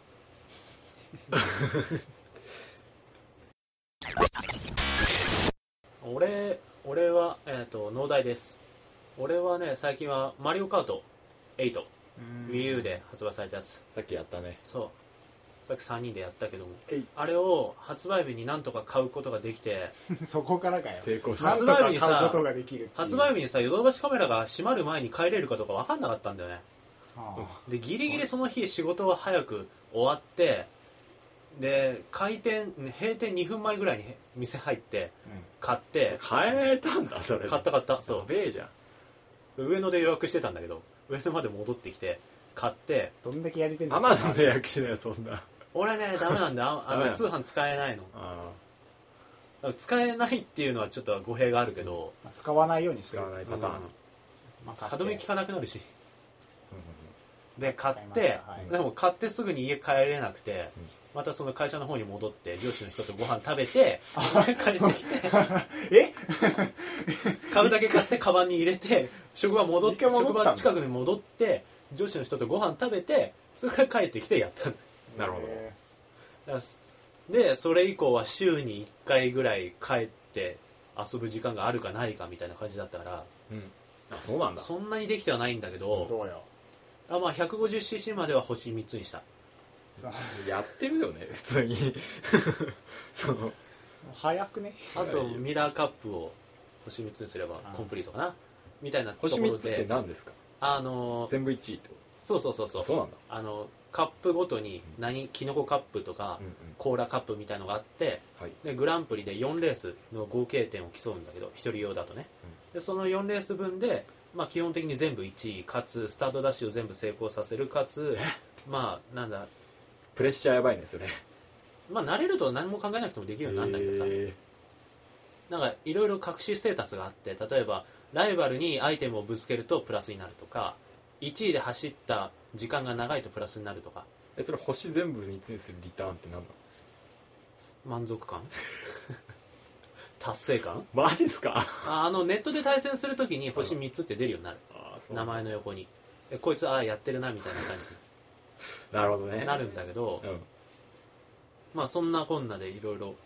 俺は農大です。俺はね最近はマリオカート8 Wii U で発売されたやつ。 さっきやったね。 そうさっき3人でやったけども、あれを発売日になんとか買うことができてそこからかよ。 成功した。 なんとか買うことができる。 発売日にさヨドバシカメラが閉まる前に帰れるかどうか分かんなかったんだよね。でギリギリその日仕事は早く終わって、で閉店2分前ぐらいに店入って買って、 買えたんだそれ。 買ったそう。 やべえじゃん。 上野で予約してたんだけど上野まで戻ってきて買って。 どんだけやりてんだ。 アマゾンで予約しないよそんな。 俺ねダメなんだよ通販使えないの。使えないっていうのはちょっと語弊があるけど、 使わないようにしてる。 使わないパターン。 歯止め効かなくなるし、 で買っ買いてましたはいでも買ってすぐに家帰れなくて、 うんまたその会社の方に戻って漁師の人とご飯食べて帰ってきてえ買うだけ買ってカバンに入れて職場一回戻ったんだ職場近くに戻って上司の人とご飯食べてそれから帰ってきてやったんだなるほど。 だからでそれ以降は週に1回ぐらい帰って遊ぶ時間があるかないかみたいな感じだったからうん。あ、そうなんだ。 そんなにできてはないんだけどどうよまあ 150cc までは星3つにしたそうやってるよね、普通に。その、 早くねあとミラーカップを星3つにすればコンプリートかなみたいなとこ星ろ 3つってで何ですか？全部1位ってこそうそうそうそうと？そうなんだ。 カップごとにキノコカップとかうんうん。 コーラカップみたいのがあってはい。 でグランプリで4レースの合計点を競うんだけど1人用だとね、でその4レース分で、まあ、基本的に全部1位かつスタートダッシュを全部成功させるかつまあなんだプレッシャーやばいね、それ。 まあ慣れると何も考えなくてもできるようになるんだけどさ、なんかいろいろ隠しステータスがあって例えばライバルにアイテムをぶつけるとプラスになるとか1位で走った時間が長いとプラスになるとかそれ星全部3つにするリターンって何だ？ 満足感達成感マジっすか？ ネットで対戦するときに星3つって出るようになるあーそう名前の横にでこいつやってるなみたいな感じなるほどね。 になるんだけど、 うん。 まあそんなこんなでいろいろ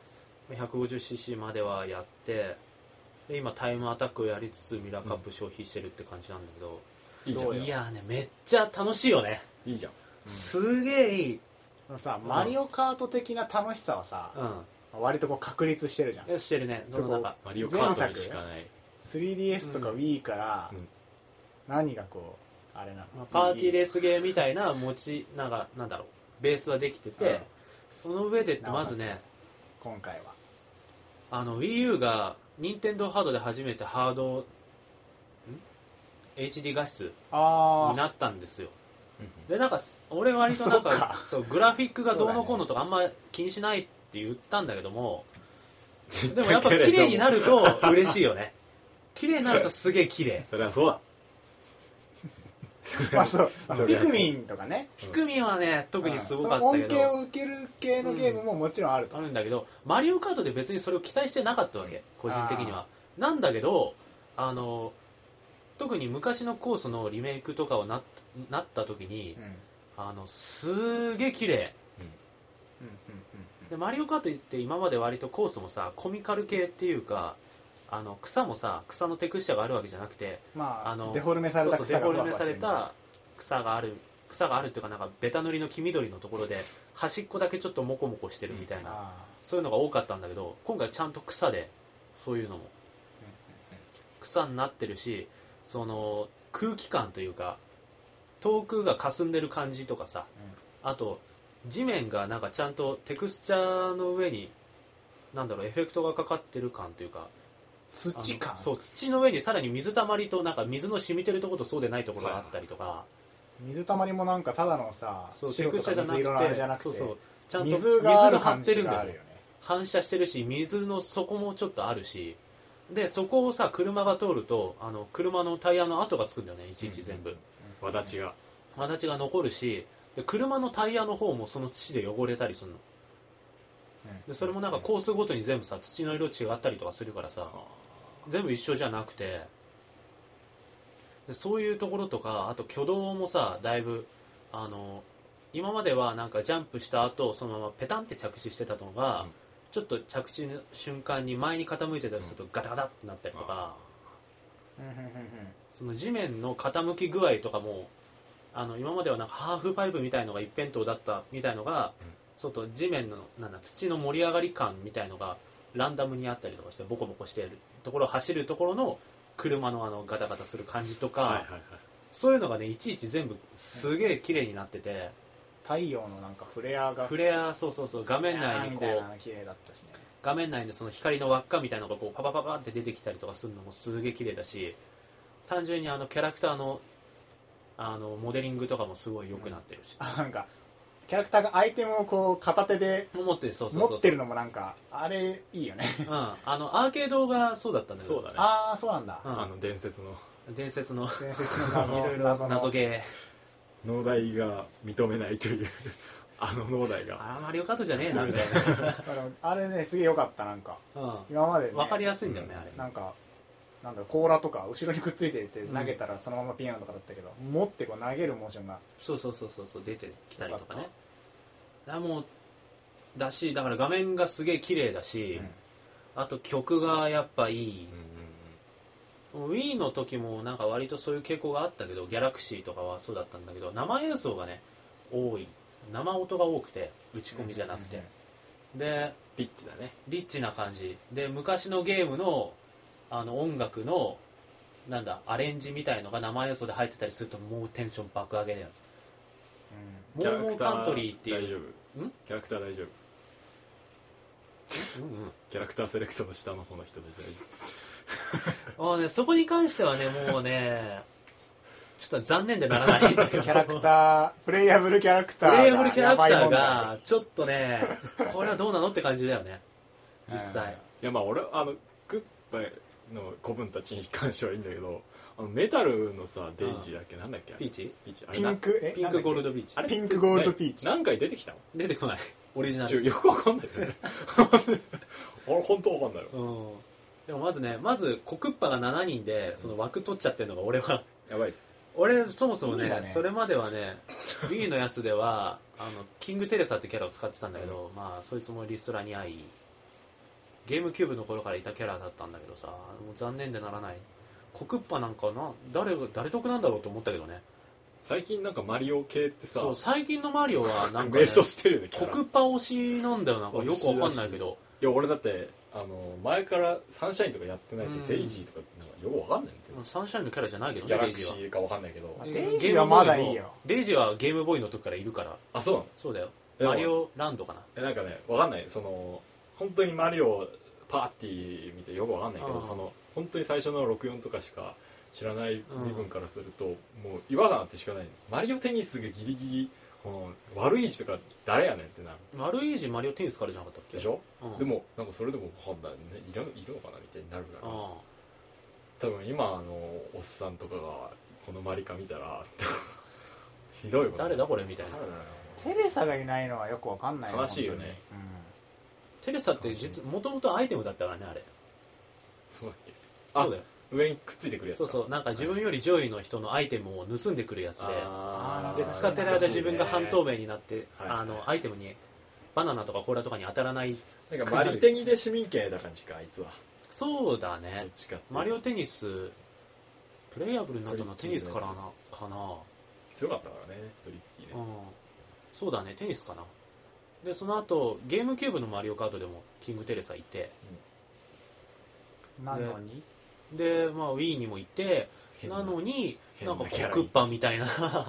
150cc まではやってで今タイムアタックをやりつつミラーカップ消費してるって感じなんだけど、 いいじゃ。 どうんよいやーねめっちゃ楽しいよね、 いいじゃん。 すげえいい、 さマリオカート的な楽しさはさう割とこう確立してるじゃんんしてるねその中マリオカートにしかない。 3DS とか Wii からうん何がこうあれなのまあパーティーレースゲーみたいななんだろうベースはできてて、 うんその上でってまずね今回は Wii U が任天堂ハードで初めてハードHD 画質あになったんですよ。でなんか俺割となんかそうグラフィックがどうのこうのとかあんま気にしないって言ったんだけども、でもやっぱ綺麗になると嬉しいよね。綺麗になるとすげえ綺麗。 それはそうだ。 まあそうそりゃそうピクミンとかねピクミンはね特にすごかったそのけど、 恩恵を受ける系のゲームももちろんあるとあるんだけどマリオカートで別にそれを期待してなかったわけ個人的には。なんだけど特に昔のコースのリメイクとかをなった時にすげえ綺麗でマリオカートって今まで割とコースもさコミカル系っていうか草もさ草のテクスチャがあるわけじゃなくてまあデフォルメされた草がデフォルメされた草があるっていうかなんかベタ塗りの黄緑のところで端っこだけちょっとモコモコしてるみたいな、そういうのが多かったんだけど今回ちゃんと草でそういうのも草になってるしその空気感というか遠くが霞んでる感じとかさ、あと地面がなんかちゃんとテクスチャーの上になんだろうエフェクトがかかってる感というか土感そう土の上にさらに水たまりとなんか水の染みてるところとそうでないところがあったりとか、 水たまりもなんかただのさそうテ白とかクスチャー水色のあれじゃなくてそうそうちゃんと水があるが張ってるんだよ感じがあるよね反射してるし水の底もちょっとあるしでそこをさ車が通ると車のタイヤの跡がつくんだよねいちいち全部、 わだちが。 わだちが残るしで車のタイヤの方もその土で汚れたりするのでそれもなんかコースごとに全部さ土の色違ったりとかするからさ全部一緒じゃなくてでそういうところとかあと挙動もさだいぶ今まではなんかジャンプした後そのままペタンって着地してたのが、ちょっと着地の瞬間に前に傾いてたりするとガタガタってなったりとか、その地面の傾き具合とかも今まではなんかハーフパイプみたいのが一辺倒だったみたいのが、外地面の土の盛り上がり感みたいのがランダムにあったりとかしてボコボコしているところを走るところの車のガタガタする感じとか、そういうのがねいちいち全部すげえ綺麗になってて、 太陽のなんかフレアがフレアそう画面内にこみたいうなの綺麗だったしね画面内でその光の輪っかみたいなのがこうパパパパって出てきたりとかするのもすげえ綺麗だし、単純にキャラクターのモデリングとかもすごい良くなってるし、 なんかキャラクターがアイテムをこう片手で持ってるそう持ってるのもなんかあれいいよねアーケードがそうだったんだけどそうだね。 ああそうなんだうん伝説の。 伝説の伝説の謎いろいろ謎ゲ農大が認めないという農大がマリオカートじゃねえなみたいなあれねすげえ良かった。なんか、今までね分かりやすいんだよね、あれ。 なんかなんだろう、甲羅とか後ろにくっついてて投げたらそのままピンアウトとかだったけど、持ってこう投げるモーションがそう出てきたりとかね。もうだし、だから画面がすげえ綺麗だし、あと曲がやっぱいい。Wii の時もなんか割とそういう傾向があったけど、ギャラクシーとかはそうだったんだけど、生演奏がね多い、生音が多くて、打ち込みじゃなくて、でリッチだね。 リッチな感じで、昔のゲームの音楽のなんだアレンジみたいのが生演奏で入ってたりすると、もうテンション爆上げだよ。モーモーカントリーっていう、 キャラクター大丈夫？キャラクターセレクトの下の方の人たち大丈夫？ もうね、そこに関してはね、もうねちょっと残念でならないんだけどキャラクター、プレイヤブルキャラクタープレイヤブルキャラクターがちょっとね、これはどうなのって感じだよね、実際。 いや、まあ俺クッパの子分たちに関してはいいんだけど、メタルのさ、デイジーだっけ、なんだっけ、 ピーチピンクゴールドピーチ。 あれピンクゴールドピーチ何回出てきたの？ 出てこない、オリジナル。 よくわかんないよね俺本当わかんないよ。 でもまずコクッパが7人でその枠取っちゃってるのが俺はやばいです。 俺そもそもね、それまではねWii のやつではキングテレサってキャラを使ってたんだけど、まあそいつもリストラに会い、ゲームキューブの頃からいたキャラだったんだけどさ、もう残念でならない。コクッパなんか誰得なんだろうと思ったけどね。 最近なんかマリオ系ってさ、 そう最近のマリオはなんか、ね、 ベースをしてるよね。 コクッパ推しなんだよ。なんかよくわかんないけど、 いや俺だって前からサンシャインとかやってないとデイジーとかなんかよくわかんないんですよ。 サンシャインのキャラじゃないけどね、 ギャラクシーかわかんないけど、 デイジーはまだいいよ。 デイジーはゲームボーイの時からいるから。 あ、そうなの？ そうだよ。マリオランドかな。 なんかね、わかんない、本当にマリオパーティー見てよくわかんないけど、本当に最初の64とかしか知らない身分からすると、もう違和感あってしかない。マリオテニスがギリギリ悪い位置とか誰やねんってなる。 悪い位置マリオテニスからじゃなかったっけ？ でしょ、でもなんかそれでもわかんないね、いるのかなみたいになるから、多分今おっさんとかがこのマリカ見たらひどいこと。 誰だこれみたいな。 テレサがいないのはよくわかんない。 悲しいよね。 テレサってもともとアイテムだったからね、あれ。 そうだっけ？ そうだよ。 上にくっついてくるやつ。 そうなんか自分より上位の人のアイテムを盗んでくるやつで、使ってる間自分が半透明になって、アイテムにバナナとかコーラとかに当たらない。 なんかマリテニで市民権だ感じか、あいつは。 そうだね。マリオテニスプレイヤブルになったのはテニスからかな。 強かったからね、トリッキーね。 そうだね、テニスかな。でその後ゲームキューブのマリオカートでもキングテレサいて、 なのにで、まあ、Wii にもいて、なのになんかコクッパみたいな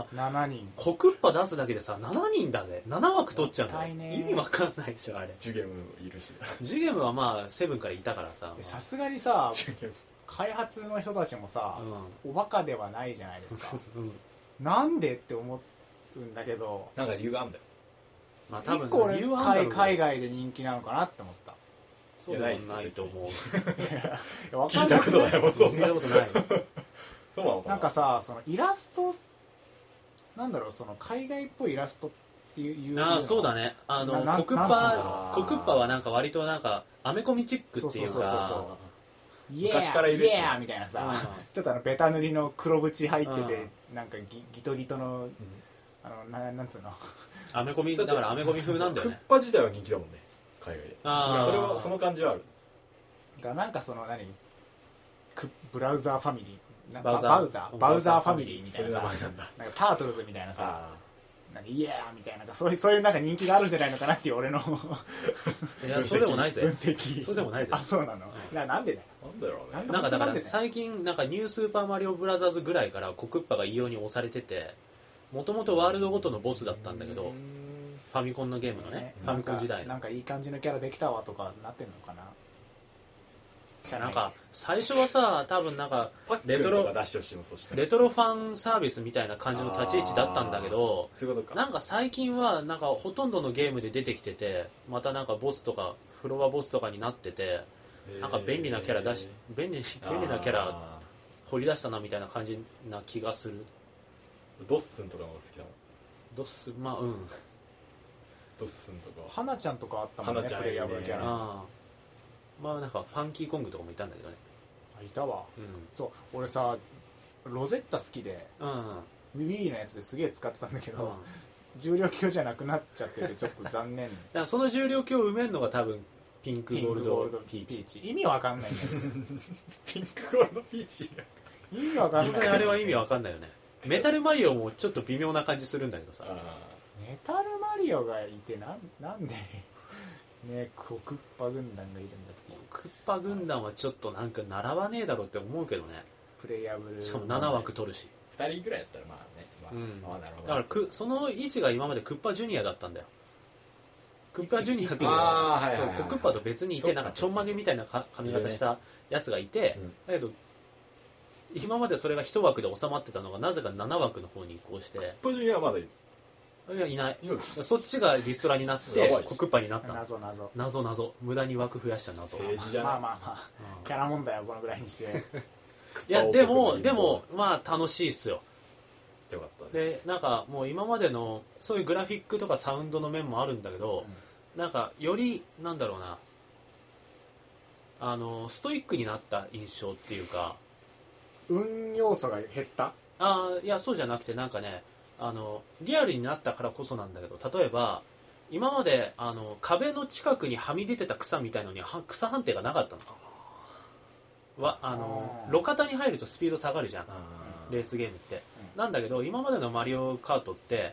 7人コクッパ出すだけでさ7人だね、7枠取っちゃうんだよ。意味わかんないでしょあれ。 ジュゲムいるし、 ジュゲムはまあセブンからいたからさ、 さすがにさ開発の人たちもさ、おバカではないじゃないですかなんでって思うんだけど、 なんか理由があるんだよ。 まあ多分理由はあるんだろう。海外で人気なのかなって思った。 そうでもないと思う。 聞いたことないもん、そんな。 聞いたことない。 そうなのかな。 なんかさ、そのイラストなんだろう、その海外っぽいイラストっていう。 ああ、そうだね。コクッパはなんか割となんかアメコミチックっていうか、 昔からいるし、イエーみたいなさ、ちょっとベタ塗りの黒縁入ってて、なんかギトギトのなんつうの。 アメコミだからアメコミ風なんだよね。 クッパ自体は人気だもんね、海外で。それはその感じはある。 なんかそのブラウザーファミリー、バウザーファミリーみたいなさ、なんかタートルズみたいなさ、なんかイエーみたいな、そういうなんか人気があるんじゃないのかなっていう俺のいやそうでもないぜ。 分析。 そうでもないぜ。 あ、そうなの。なんでだよ。 なんだろうね。 なんかだから最近なんかニュースーパーマリオブラザーズぐらいからコクッパが異様に押されてて。もともとワールドごとのボスだったんだけど、ファミコンのゲームのね、ファミコン時代のなんかいい感じのキャラできたわとかなってんのかな。 なんか最初はさ、多分なんかレトロファンサービスみたいな感じの立ち位置だったんだけど、なんか最近はなんかほとんどのゲームで出てきてて、またなんかボスとかフロアボスとかになってて、なんか便利なキャラ便利なキャラ掘り出したなみたいな感じな気がする。 ドッスンとかの方が好きだもん。 ドスまあうんドッスンとか花ちゃんとかあったもんね、 花ちゃんプレイヤブルキャラ。 あまあなんかファンキーコングとかもいたんだけどね。 いたわ。 うそう俺さロゼッタ好きでんうん Wii のやつですげえ使ってたんだけど、 うん重量級じゃなくなっちゃっててちょっと残念。 だからその重量級を埋めるのが多分ピンクゴールドピーチ。 意味わかんないんだけどピンクゴールドピーチ意味わかんない。 本当にあれは意味わかんないよね。メタルマリオもちょっと微妙な感じするんだけどさ。 メタルマリオがいてなんでねコクッパ軍団がいるんだっていう。 クッパ軍団はちょっとなんか並ばねえだろって思うけどね。 プレイヤブルしかも7枠取るし。 2人ぐらいやったらまあね、まあうんなるほど。 だからその位置が今までクッパジュニアだったんだよ。クッパジュニアっていうのあはーはいはいはいそうクッパと別にいて、なんかちょんまげみたいな髪型したやつがいて、 うんだけど今までそれが1枠で収まってたのがなぜか7枠の方に移行して、 ポジュニアはまだいる。 いやいない。 いるそっちがリストラになってやばいクッパになったの。 謎無駄に枠増やした謎。 政治じゃない。 まあまあまあうんキャラ問題はこのぐらいにしていやでもまあ楽しいっすよ。 よかったです。 でなんかもう今までのそういうグラフィックとかサウンドの面もあるんだけど、なんかよりなんだろうな、ストイックになった印象っていうか、 運要素が減った。 いやそうじゃなくて、なんかねリアルになったからこそなんだけど、例えば今まで壁の近くにはみ出てた草みたいのに草判定がなかったの。路肩に入るとスピード下がるじゃん、レースゲームって。なんだけど今までのマリオカートって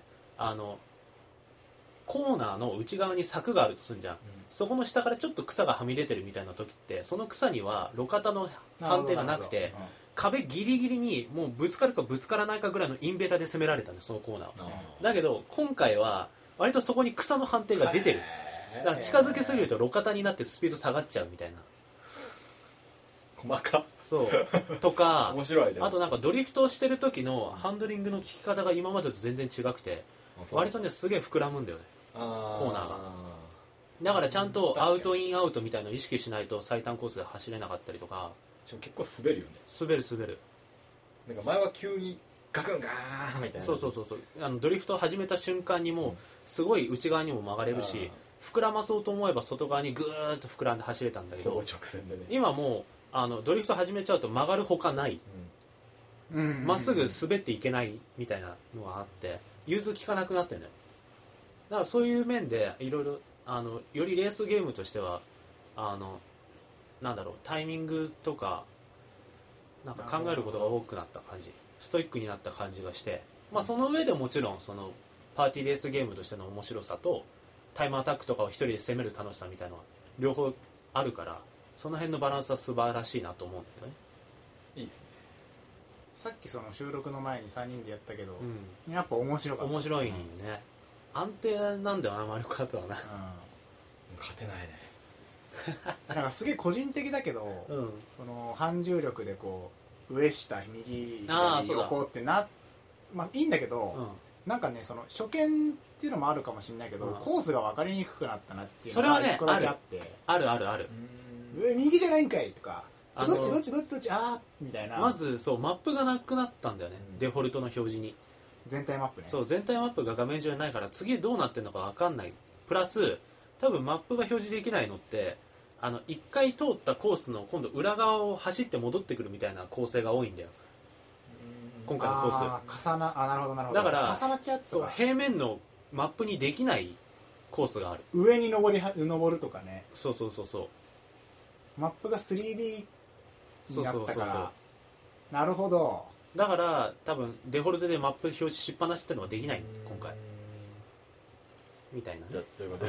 コーナーの内側に柵があるとするじゃん、そこの下からちょっと草がはみ出てるみたいな時って、その草には路肩の判定がなくて、壁ギリギリにもうぶつかるかぶつからないかぐらいのインベーターで攻められたんです、そのコーナーを。だけど今回は割とそこに草の判定が出てる。だから近づけすぎると路肩になってスピード下がっちゃうみたいな。 細かそうとか面白いね。 あとなんかドリフトしてる時のハンドリングの効き方が今までと全然違くて、割とねすげえ膨らむんだよね、 ココーナーが。だからちゃんとアウトインアウトみたいのを意識しないと最短コースで走れなかったりとか。 結構滑るよね。 滑る。 なんか前は急にガクンガーンみたいな。 そうドリフトを始めた瞬間にもうすごい内側にも曲がれるし、膨らまそうと思えば外側にグーッと膨らんで走れたんだけど、 直線でね。 今もうドリフト始めちゃうと曲がるほかない、まっすぐ滑っていけないみたいなのがあって融通きかなくなってんだよ。だからそういう面でいろいろよりレースゲームとしてはなんだろう、タイミングとかなんか考えることが多くなった感じ、ストイックになった感じがして、まあその上でもちろんそのパーティーレースゲームとしての面白さとタイムアタックとかを一人で攻める楽しさみたいなのが両方あるから、その辺のバランスは素晴らしいなと思うんだけどね。 いいっすね。 さっきその収録の前に3人でやったけど、 うん、 やっぱ面白かった。 面白いね、安定なんだよなマリオカートはな。 勝てないね。 なんかすげえ個人的だけど、その反重力でこう上下右左横ってまあいいんだけど、なんかねその初見っていうのもあるかもしれないけど、コースが分かりにくくなったなっていうのが一個だけあって、 ある右じゃないんかいとか、どっちあーみたいな。 まずそうマップがなくなったんだよね、デフォルトの表示に。 全体マップね。 そう全体マップが画面上にないから次どうなってるのか分かんない。プラス多分マップが表示できないのって一回通ったコースの今度裏側を走って戻ってくるみたいな構成が多いんだよ、今回のコース。 なるほどだから重なっちゃうとか、 平面のマップにできないコースがある。 上に登るとかね。 そうマップが 3D になったから。なるほど。 だから多分デフォルトでマップ表示しっぱなしってのはできない今回みたいな、ね、 じゃあそういうこと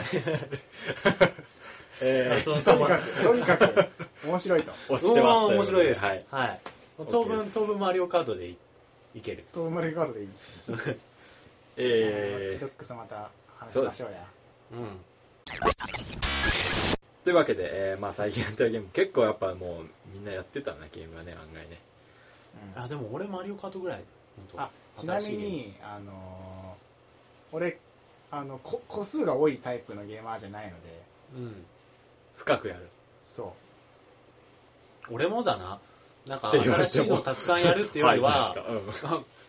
でとにかく面白いと。 押してます。 面白いです。 はい。 当分マリオカートでいける。 当分マリオカートでいい。マッチドックスまた話しましょうや。 というわけで、まあ最近やってるゲーム結構やっぱもうみんなやってたなゲームはね、案外ね。 でも俺マリオカートぐらい。 ちなみに俺個数が多いタイプのゲーマーじゃないので、 深くやる。 そう俺もだな。なんか新しいのをたくさんやるっていうよりは、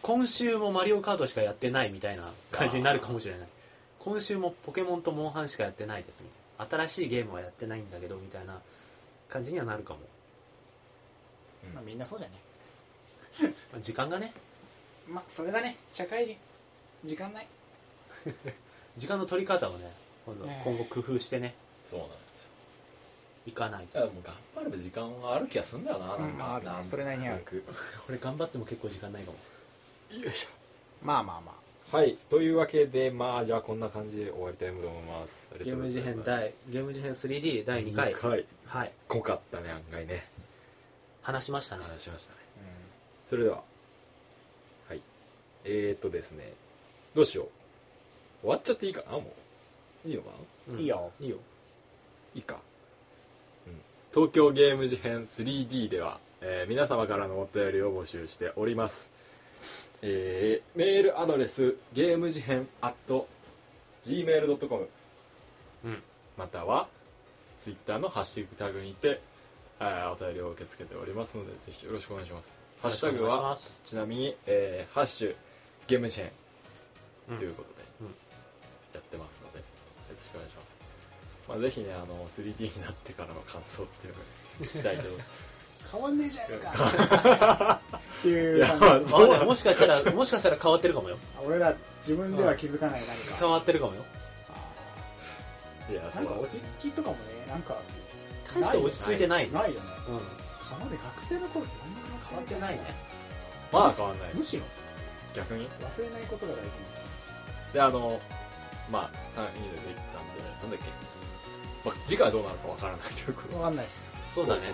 今週もマリオカートしかやってないみたいな感じになるかもしれない。今週もポケモンとモンハンしかやってないですみたいな、新しいゲームはやってないんだけどみたいな感じにはなるかも。 まあ、みんなそうじゃね。 時間がね、 まあそれだね、社会人時間ない。 時間の取り方をね今後工夫してねそうなんですよ。 いかないと。 いやもう頑張れば時間がある気がするんだよな、なんか、 あるね、それなりにある。 俺頑張っても結構時間ないかも。 よいしょ。 まあまあまあ、 はい、というわけでまあじゃあこんな感じで終わりたいと思います。 ゲーム事変 3D 第2回はい濃かったね、案外ね。 話しましたね。 話しましたね。それでははいですね、どうしよう、終わっちゃっていいかな、もういいのかな、 いいよ。 いいよ。 いいか、東京ゲーム事変 3D では、皆様からのお便りを募集しております。メールアドレスゲーム事変 @gmail.com、またはツイッターのハッシュタグにてお便りを受け付けておりますので、ぜひよろしくお願いします。ハッシュタグはちなみに、ハッシュゲーム事変ということでやってますので、よろしくお願いします。まあ、ぜひね、3D になってからの感想っていうのを聞きたいけど変わんねえじゃねえかっていう感じ。 もしかしたら変わってるかもよ。 俺ら自分では気づかない何か変わってるかもよ。 いや、 なんか落ち着きとかもね、なんか大して落ち着いてないないよね。川で学生の頃って何も変わってないね。 まあ変わんない、 むしろ逆に忘れないことが大事。 でまあ3人でできたんで、なんだっけ、まあ、次回はどうなるかわからないということで、 わかんないっす。 そうだね。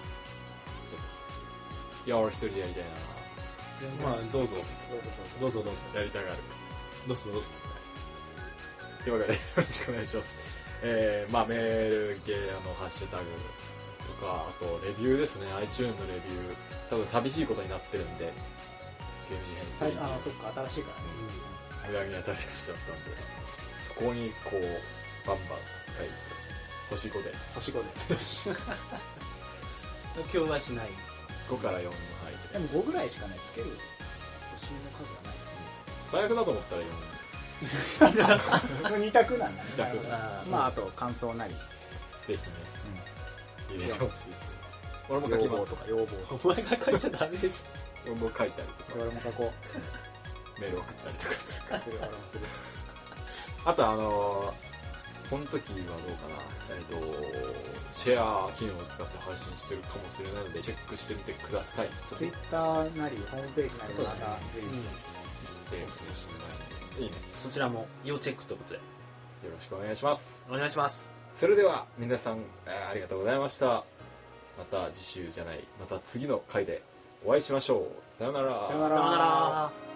いや、俺一人でやりたいまあどうぞどうぞな、やりたがる。 どうぞ。 というわけでよろしくお願いします。まあメール系ハッシュタグとか、あとレビューですね、 iTunes のレビュー、多分寂しいことになってるんで、ゲーム事変 3D そっか、新しいからね。 無駄に新しくしちゃったんで、そこにこうバンバン書いて星5で星5で補強はしない。 5から4の範囲で、 でも5ぐらいしかね、つける星の数がない。 最悪だと思ったら4、 2択なんだね。 二択まああと感想なり、 ぜひね、入れてほしいです。俺も書きます。 要望お前が書いちゃダメでし俺も書いたりとか、 俺も書こメール送ったりとかする。 う。する、俺もする。 あとこの時はどうかな、シェア機能を使って配信してるかもしれないので、チェックしてみてください。 ツイッターなりホームページなりまた随時いいね、 そちらも要チェックということでよろしくお願いします。 お願いします。 それでは皆さん、ありがとうございました。また次週じゃない、また次の回でお会いしましょう。さよなら。 さよなさよなら。 ら。